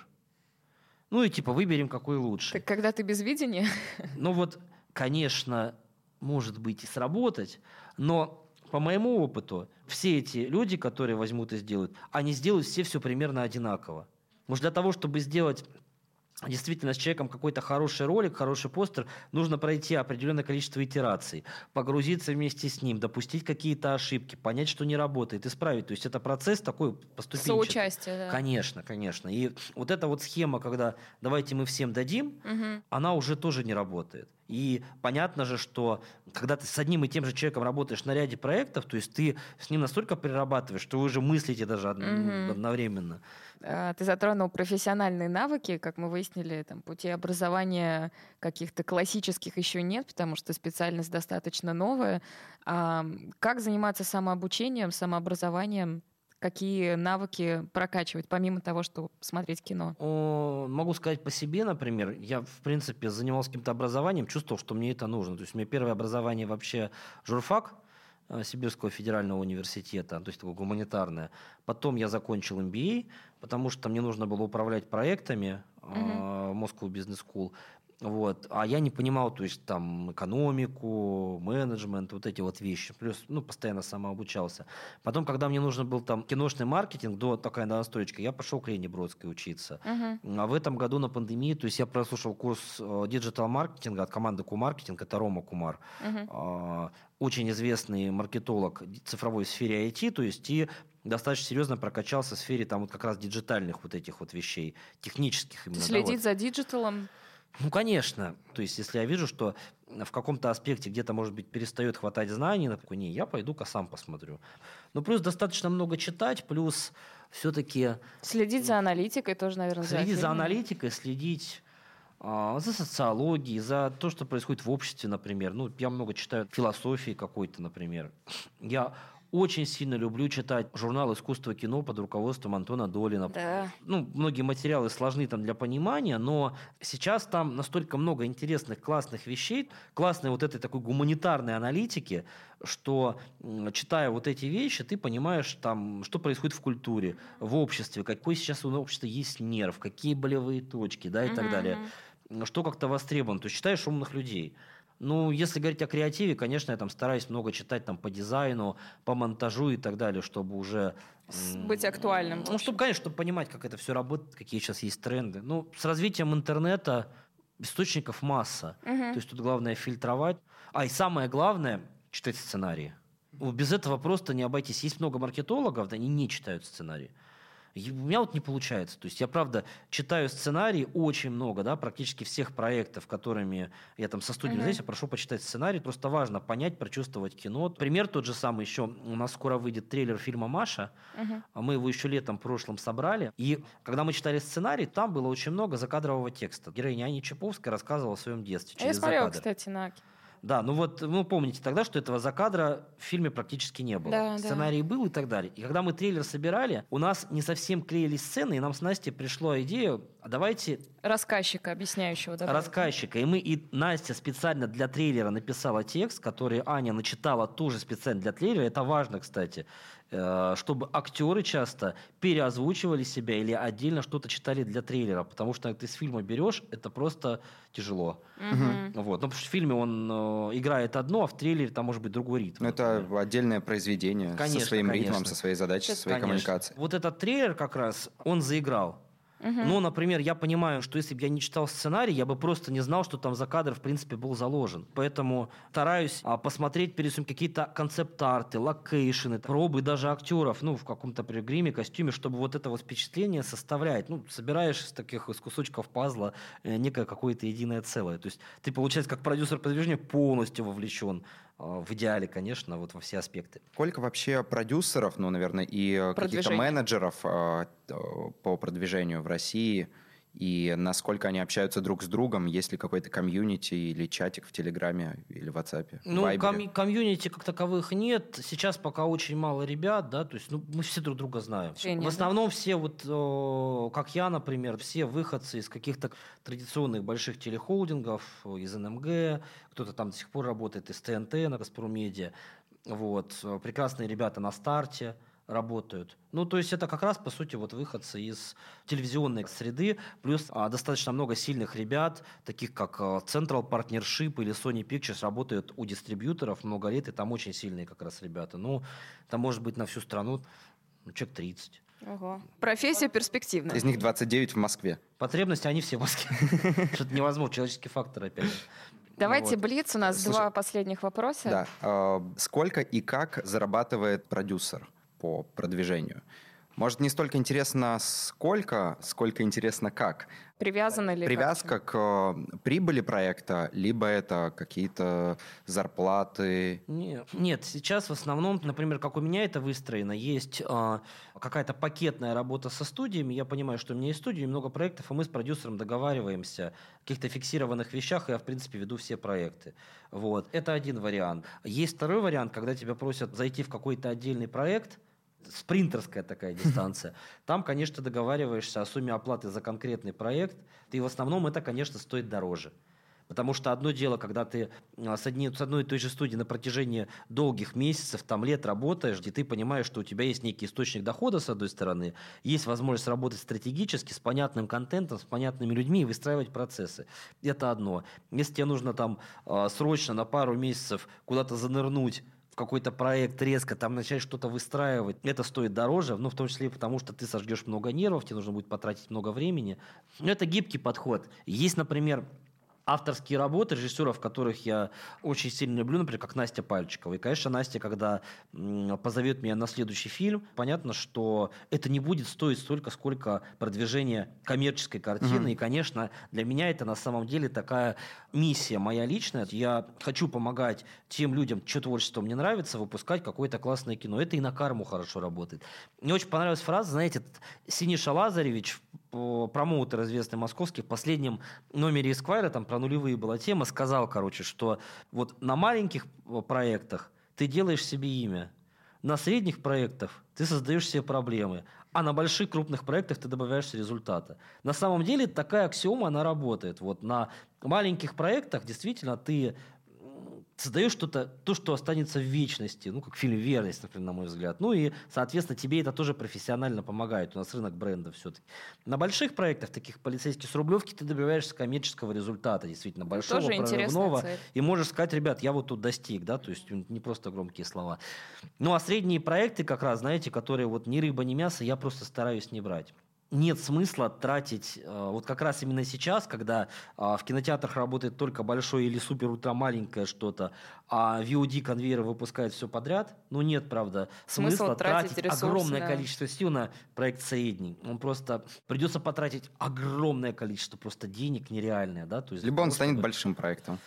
И выберем, какой лучше. Так когда ты без видения? Конечно, может быть и сработать, но По моему опыту, все эти люди, которые возьмут и сделают, они сделают все примерно одинаково. Может, для того, чтобы сделать действительно с человеком какой-то хороший ролик, хороший постер, нужно пройти определенное количество итераций, погрузиться вместе с ним, допустить какие-то ошибки, понять, что не работает, исправить. То есть это процесс такой поступенчатый. Соучастие, да. Конечно, конечно. И вот эта вот схема, когда давайте мы всем дадим, она уже тоже не работает. И понятно же, что когда ты с одним и тем же человеком работаешь на ряде проектов, то есть ты с ним настолько перерабатываешь, что вы уже мыслите даже одновременно. Ты затронул профессиональные навыки, как мы выяснили, там, путей образования каких-то классических еще нет, потому что специальность достаточно новая. Как заниматься самообучением, самообразованием? Какие навыки прокачивать, помимо того, что смотреть кино? Могу сказать по себе, например. Я, в принципе, занимался каким-то образованием, чувствовал, что мне это нужно. То есть у меня первое образование вообще журфак Сибирского федерального университета, то есть такое гуманитарное. Потом я закончил MBA, потому что мне нужно было управлять проектами в Moscow Business School. Вот. А я не понимал, то есть там экономику, менеджмент, вот эти вот вещи. Плюс, постоянно самообучался. Потом, когда мне нужен был там киношный маркетинг, такая настроечка, я пошел к Лене Бродской учиться. А в этом году на пандемии, то есть я прослушал курс диджитал-маркетинга от команды Q-Marketing, это Рома Кумар. Очень известный маркетолог в цифровой сфере IT, то есть и достаточно серьезно прокачался в сфере там вот как раз диджитальных вот этих вот вещей, технических именно. Следить за диджиталом? Конечно. То есть, если я вижу, что в каком-то аспекте где-то, может быть, перестает хватать знаний, я пойду-ка сам посмотрю. Плюс достаточно много читать, плюс все-таки... Следить за аналитикой тоже, наверное, Следить за аналитикой, следить за социологией, за то, что происходит в обществе, например. Я много читаю философии какой-то, например. Я очень сильно люблю читать журнал «Искусство кино» под руководством Антона Долина. Да. Многие материалы сложны там для понимания, но сейчас там настолько много интересных, классных вещей, классной вот этой такой гуманитарной аналитики, что, читая вот эти вещи, ты понимаешь, там, что происходит в культуре, в обществе, какой сейчас у общества есть нерв, какие болевые точки, да, и так далее. Что как-то востребовано. То есть читаешь умных людей. Если говорить о креативе, конечно, я там стараюсь много читать там по дизайну, по монтажу и так далее, чтобы уже... Быть актуальным. Чтобы понимать, как это все работает, какие сейчас есть тренды. С развитием интернета источников масса. То есть тут главное фильтровать. И самое главное – читать сценарии. Без этого просто не обойтись. Есть много маркетологов, они не читают сценарии. У меня не получается. То есть я, правда, читаю сценарии очень много, да, практически всех проектов, которыми я там со студией здесь, я прошу почитать сценарий. Просто важно понять, прочувствовать кино. Пример тот же самый еще. У нас скоро выйдет трейлер фильма «Маша». Мы его еще летом прошлым собрали. И когда мы читали сценарий, там было очень много закадрового текста. Героиня Аня Чаповская рассказывала о своем детстве через закадр. Я смотрела, закадр. кстати, на... Да, помните тогда, что этого закадра в фильме практически не было. Да, сценарий был и так далее. И когда мы трейлер собирали, у нас не совсем клеились сцены, и нам с Настей пришла идея, давайте... Рассказчика, объясняющего. Рассказчика. И Настя специально для трейлера написала текст, который Аня начитала тоже специально для трейлера. Это важно, кстати, чтобы актеры часто переозвучивали себя или отдельно что-то читали для трейлера, потому что ты с фильма берешь, это просто тяжело. Потому что в фильме он играет одно, а в трейлере там может быть другой ритм. Это отдельное произведение со своим ритмом, со своей задачей, со своей коммуникацией. Вот этот трейлер как раз, он заиграл. Например, я понимаю, что если бы я не читал сценарий, я бы просто не знал, что там закадр, в принципе, был заложен. Поэтому стараюсь посмотреть перед этим какие-то концепт-арты, локейшены, пробы даже актеров, в каком-то гриме, костюме, чтобы вот это вот впечатление составлять. Собираешь из кусочков пазла некое какое-то единое целое. То есть ты, получается, как продюсер продвижения полностью вовлечен. В идеале, конечно, во все аспекты. Сколько вообще продюсеров, наверное, и каких-то менеджеров по продвижению в России, и насколько они общаются друг с другом, есть ли какой-то комьюнити или чатик в Телеграме или в WhatsApp? Комьюнити как таковых нет. Сейчас пока очень мало ребят, да, то есть мы все друг друга знаем. В основном все, как я, например, все выходцы из каких-то традиционных больших телехолдингов, из НМГ, кто-то там до сих пор работает из ТНТ, на Газпромедиа. Прекрасные ребята на старте работают. Ну, то есть это как раз, по сути, вот выходцы из телевизионной среды, плюс достаточно много сильных ребят, таких как Central Partnership или Sony Pictures, работают у дистрибьюторов много лет, и там очень сильные как раз ребята. Ну, там может быть на всю страну человек 30. Ого. Профессия перспективная. Из них 29 в Москве. Потребности, они все в Москве. Что-то невозможно, человеческий фактор опять же. Давайте блиц, у нас два последних вопроса. Да. Сколько и как зарабатывает продюсер по продвижению? Может, не столько интересно сколько интересно как. Привязано ли? Привязка к прибыли проекта, либо это какие-то зарплаты? Нет, сейчас в основном, например, как у меня это выстроено, есть какая-то пакетная работа со студиями. Я понимаю, что у меня есть студии, много проектов, и мы с продюсером договариваемся о каких-то фиксированных вещах, и я, в принципе, веду все проекты. Вот. Это один вариант. Есть второй вариант, когда тебя просят зайти в какой-то отдельный проект, спринтерская такая дистанция. Там, конечно, договариваешься о сумме оплаты за конкретный проект, и в основном это, конечно, стоит дороже. Потому что одно дело, когда ты с одной и той же студии на протяжении долгих месяцев, там, лет работаешь, и ты понимаешь, что у тебя есть некий источник дохода, с одной стороны, есть возможность работать стратегически, с понятным контентом, с понятными людьми и выстраивать процессы. Это одно. Если тебе нужно там срочно на пару месяцев куда-то занырнуть, какой-то проект резко, там начать что-то выстраивать, это стоит дороже, ну, в том числе и потому, что ты сожгешь много нервов, тебе нужно будет потратить много времени. Но это гибкий подход. Есть, например, авторские работы режиссеров, которых я очень сильно люблю, например, как Настя Пальчикова. И, конечно, Настя, когда позовет меня на следующий фильм, понятно, что это не будет стоить столько, сколько продвижение коммерческой картины. И, конечно, для меня это на самом деле такая миссия моя личная. Я хочу помогать тем людям, чье творчество мне нравится, выпускать какое-то классное кино. Это и на карму хорошо работает. Мне очень понравилась фраза, знаете, Синиша Лазаревич, промоутер известный московский, в последнем номере Esquire, там про нулевые была тема, сказал, что вот на маленьких проектах ты делаешь себе имя, на средних проектах ты создаешь себе проблемы, а на больших крупных проектах ты добавляешься результата. На самом деле такая аксиома, она работает. Вот на маленьких проектах действительно ты создаешь что-то, то, что останется в вечности, ну, как фильм «Верность», например, на мой взгляд. Ну, и, соответственно, тебе это тоже профессионально помогает. У нас рынок брендов все-таки. На больших проектах, таких «Полицейские с Рублевки», ты добиваешься коммерческого результата, действительно, большого, прорывного. И можешь сказать, ребят, я вот тут достиг, да, то есть не просто громкие слова. Ну, а средние проекты, как раз, знаете, которые вот ни рыба, ни мясо, я просто стараюсь не брать. Нет смысла тратить, вот как раз именно сейчас, когда в кинотеатрах работает только большое или супер-ультра маленькое что-то, а VOD-конвейер выпускает все подряд, ну нет, правда, смысла тратить ресурсы, огромное количество сил на проект средний. Он просто придется потратить огромное количество просто денег нереальное. Да? То есть либо он станет большим проектом.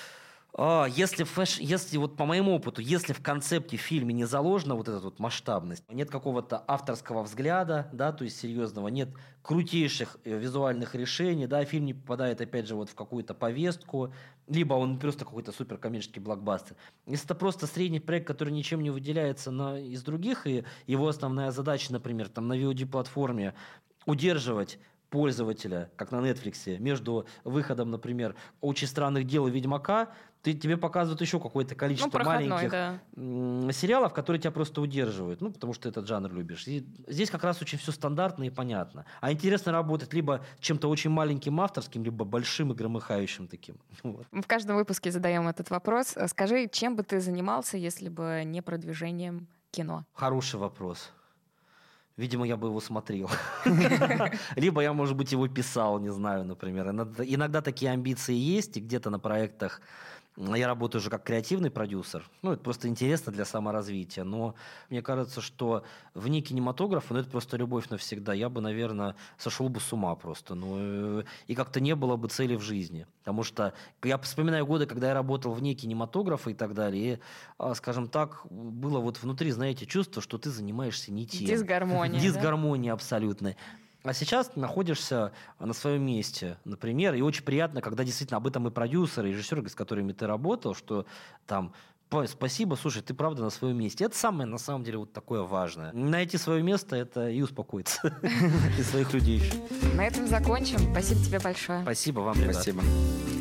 Если вот по моему опыту, если в концепте в фильме не заложена вот эта вот масштабность, нет какого-то авторского взгляда, да, то есть серьезного, нет крутейших визуальных решений, да, фильм не попадает, опять же, вот в какую-то повестку, либо он просто какой-то суперкоммерческий блокбастер. Если это просто средний проект, который ничем не выделяется из других, и его основная задача, например, там на VOD-платформе удерживать пользователя, как на Netflix, между выходом, например, «Очень странных дел» и «Ведьмака», тебе показывают еще какое-то количество маленьких сериалов, которые тебя просто удерживают, ну, потому что этот жанр любишь. И здесь как раз очень все стандартно и понятно. А интересно работать либо чем-то очень маленьким авторским, либо большим и громыхающим таким. Вот. В каждом выпуске задаем этот вопрос. Скажи, чем бы ты занимался, если бы не продвижением кино? Хороший вопрос. Видимо, я бы его смотрел. Либо я, может быть, его писал, не знаю, например. Иногда такие амбиции есть, и где-то на проектах я работаю уже как креативный продюсер. Ну, это просто интересно для саморазвития. Но мне кажется, что вне кинематографа, это просто любовь навсегда. Я бы, наверное, сошел бы с ума просто. И как-то не было бы цели в жизни. Потому что я вспоминаю годы, когда я работал вне кинематографа и так далее. И, скажем так, было вот внутри, знаете, чувство, что ты занимаешься не тем. Дисгармония. Дисгармония абсолютная. А сейчас ты находишься на своем месте, например, и очень приятно, когда действительно об этом и продюсеры, и режиссеры, с которыми ты работал, что там спасибо, слушай, ты правда на своем месте. Это самое, на самом деле, вот такое важное. Найти свое место, это и успокоиться. И своих людей еще. На этом закончим. Спасибо тебе большое. Спасибо вам, ребята. Спасибо.